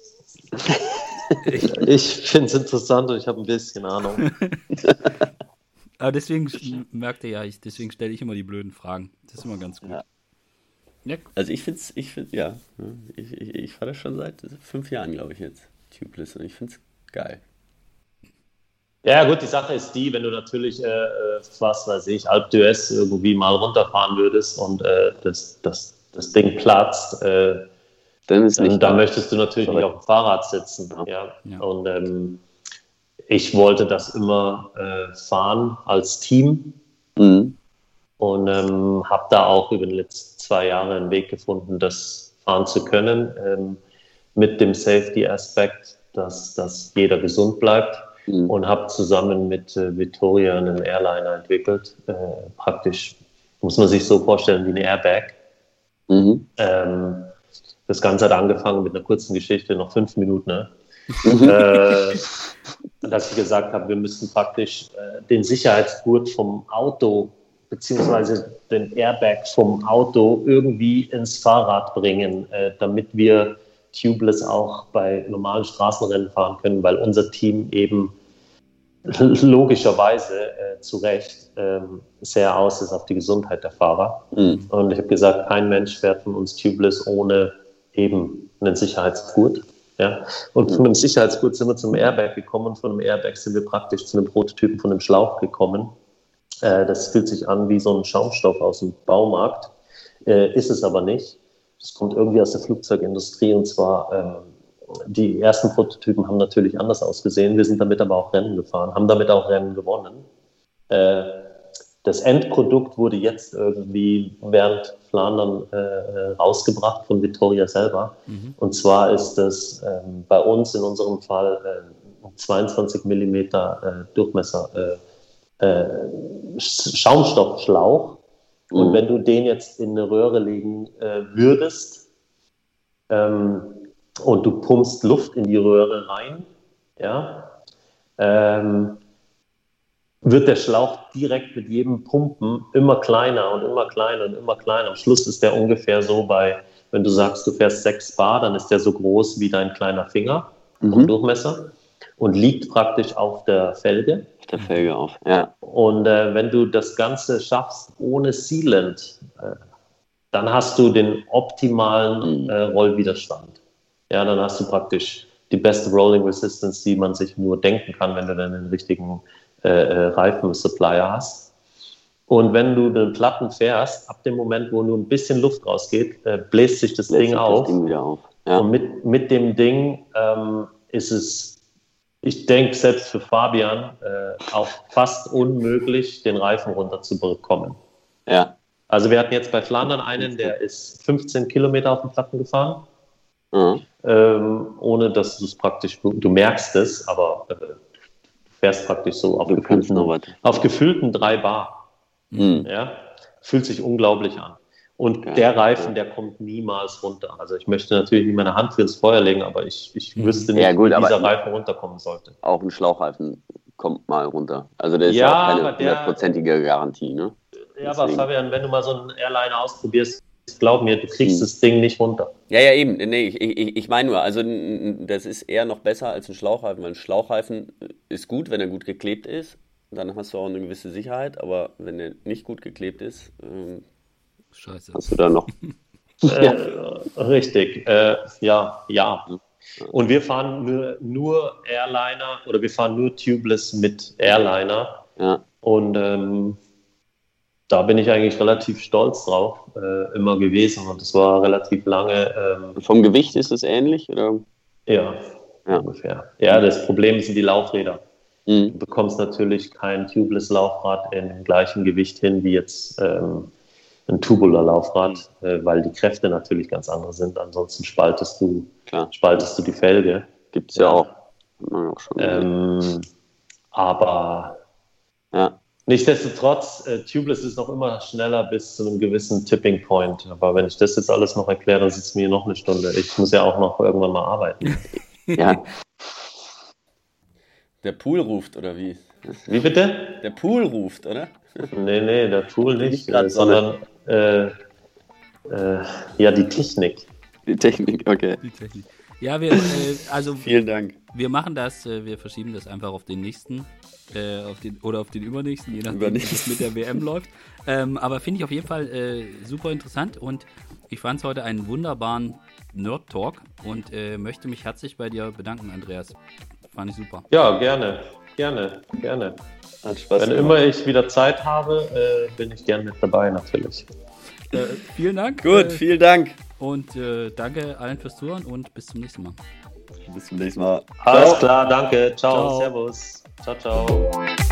Speaker 3: Ich finde es interessant und ich habe ein bisschen Ahnung.
Speaker 1: Aber deswegen deswegen stelle ich immer die blöden Fragen. Das ist immer ganz gut.
Speaker 2: Ja.
Speaker 1: Ja.
Speaker 2: Also ich fahre das schon seit 5 Jahren, glaube ich jetzt, Tubeless, und ich finde es geil.
Speaker 3: Ja gut, die Sache ist die, wenn du natürlich, was weiß ich, Alpe d'Huez irgendwie mal runterfahren würdest und das Ding platzt, dann möchtest du natürlich nicht auf dem Fahrrad sitzen. Ja. Und ich wollte das immer fahren als Team und habe da auch über die letzten 2 Jahre einen Weg gefunden, das fahren zu können, mit dem Safety-Aspekt, dass jeder gesund bleibt. Und habe zusammen mit Vittoria einen Airliner entwickelt. Praktisch muss man sich so vorstellen wie eine Airbag. Das Ganze hat angefangen mit einer kurzen Geschichte, noch 5 Minuten. Ne? Dass ich gesagt habe, wir müssten praktisch den Sicherheitsgurt vom Auto beziehungsweise den Airbag vom Auto irgendwie ins Fahrrad bringen, damit wir Tubeless auch bei normalen Straßenrennen fahren können, weil unser Team eben logischerweise zu Recht sehr aus ist auf die Gesundheit der Fahrer. Und ich habe gesagt, kein Mensch fährt von uns Tubeless ohne eben einen Sicherheitsgurt. Ja? Und von einem Sicherheitsgurt sind wir zum Airbag gekommen und von einem Airbag sind wir praktisch zu einem Prototypen von einem Schlauch gekommen. Das fühlt sich an wie so ein Schaumstoff aus dem Baumarkt, ist es aber nicht. Das kommt irgendwie aus der Flugzeugindustrie und zwar die ersten Prototypen haben natürlich anders ausgesehen. Wir sind damit aber auch Rennen gefahren, haben damit auch Rennen gewonnen. Das Endprodukt wurde jetzt irgendwie während Flandern rausgebracht von Vittoria selber. Und zwar ist das bei uns in unserem Fall 22 mm Durchmesser Schaumstoffschlauch. Und wenn du den jetzt in eine Röhre legen würdest und du pumpst Luft in die Röhre rein, ja, wird der Schlauch direkt mit jedem Pumpen immer kleiner und immer kleiner und immer kleiner. Am Schluss ist der ungefähr so wenn du sagst, du fährst 6 Bar, dann ist der so groß wie dein kleiner Finger vom Durchmesser und liegt praktisch auf der Felge.
Speaker 2: Der Felge auf, ja.
Speaker 3: Und wenn du das Ganze schaffst ohne Sealant, dann hast du den optimalen Rollwiderstand. Ja, dann hast du praktisch die beste Rolling Resistance, die man sich nur denken kann, wenn du dann den richtigen Reifen-Supplier hast. Und wenn du den Platten fährst, ab dem Moment, wo nur ein bisschen Luft rausgeht, bläst sich das Ding auf.
Speaker 2: Das Ding wieder auf. Ja.
Speaker 3: Und mit dem Ding ist es, ich denke, selbst für Fabian auch fast unmöglich, den Reifen runterzubekommen.
Speaker 2: Ja.
Speaker 3: Also wir hatten jetzt bei Flandern einen, der ist 15 Kilometer auf den Platten gefahren, ohne dass du es praktisch, du merkst es, aber du fährst praktisch so auf gefühlten 3 Bar. Ja? Fühlt sich unglaublich an. Und der Reifen, der kommt niemals runter. Also ich möchte natürlich nicht meine Hand fürs Feuer legen, aber ich wüsste nicht, wie dieser Reifen runterkommen sollte.
Speaker 2: Auch ein Schlauchreifen kommt mal runter. Also der ist ja auch keine 100%ige Garantie, ne?
Speaker 3: Ja, aber Fabian, wenn du mal so einen Airliner ausprobierst, glaub mir, du kriegst das Ding nicht runter.
Speaker 2: Ja, eben. Nee, ich meine nur, also das ist eher noch besser als ein Schlauchreifen, weil ein Schlauchreifen ist gut, wenn er gut geklebt ist. Dann hast du auch eine gewisse Sicherheit, aber wenn er nicht gut geklebt ist,
Speaker 1: Scheiße.
Speaker 2: hast du da noch.
Speaker 3: Richtig, ja. Und wir fahren nur Airliner oder wir fahren nur Tubeless mit Airliner.
Speaker 2: Ja.
Speaker 3: Und da bin ich eigentlich relativ stolz drauf, immer gewesen. Und das war relativ lange.
Speaker 2: Vom Gewicht ist es ähnlich, oder?
Speaker 3: Ja, ungefähr. Ja, das Problem sind die Laufräder. Du bekommst natürlich kein Tubeless-Laufrad in dem gleichen Gewicht hin wie jetzt ein Tubular-Laufrad, weil die Kräfte natürlich ganz andere sind. Ansonsten spaltest du die Felge.
Speaker 2: Gibt es ja auch. Schon
Speaker 3: aber nichtsdestotrotz, Tubeless ist noch immer schneller bis zu einem gewissen Tipping Point. Aber wenn ich das jetzt alles noch erkläre, dann sitzt mir noch eine Stunde. Ich muss ja auch noch irgendwann mal arbeiten.
Speaker 2: Ja. Der Pool ruft, oder wie?
Speaker 3: Wie bitte?
Speaker 2: Der Pool ruft, oder?
Speaker 3: Nee, der Pool nicht,
Speaker 2: sondern
Speaker 3: die Technik.
Speaker 2: Die Technik, okay.
Speaker 1: Die Technik. Ja, also
Speaker 2: vielen Dank.
Speaker 1: Wir machen das, wir verschieben das einfach auf den nächsten auf den übernächsten, je nachdem, wie es mit der WM läuft. Aber finde ich auf jeden Fall super interessant und ich fand es heute einen wunderbaren Nerd-Talk und möchte mich herzlich bei dir bedanken, Andreas. Fand ich super.
Speaker 3: Ja, gerne.
Speaker 2: Hat Spaß
Speaker 3: Wenn immer ich wieder Zeit habe, bin ich gerne mit dabei, natürlich.
Speaker 1: Vielen Dank.
Speaker 2: Gut, vielen Dank.
Speaker 1: Und danke allen fürs Zuhören und bis zum nächsten Mal.
Speaker 2: Bis zum nächsten Mal.
Speaker 3: Alles klar, danke. Ciao. Servus. Ciao.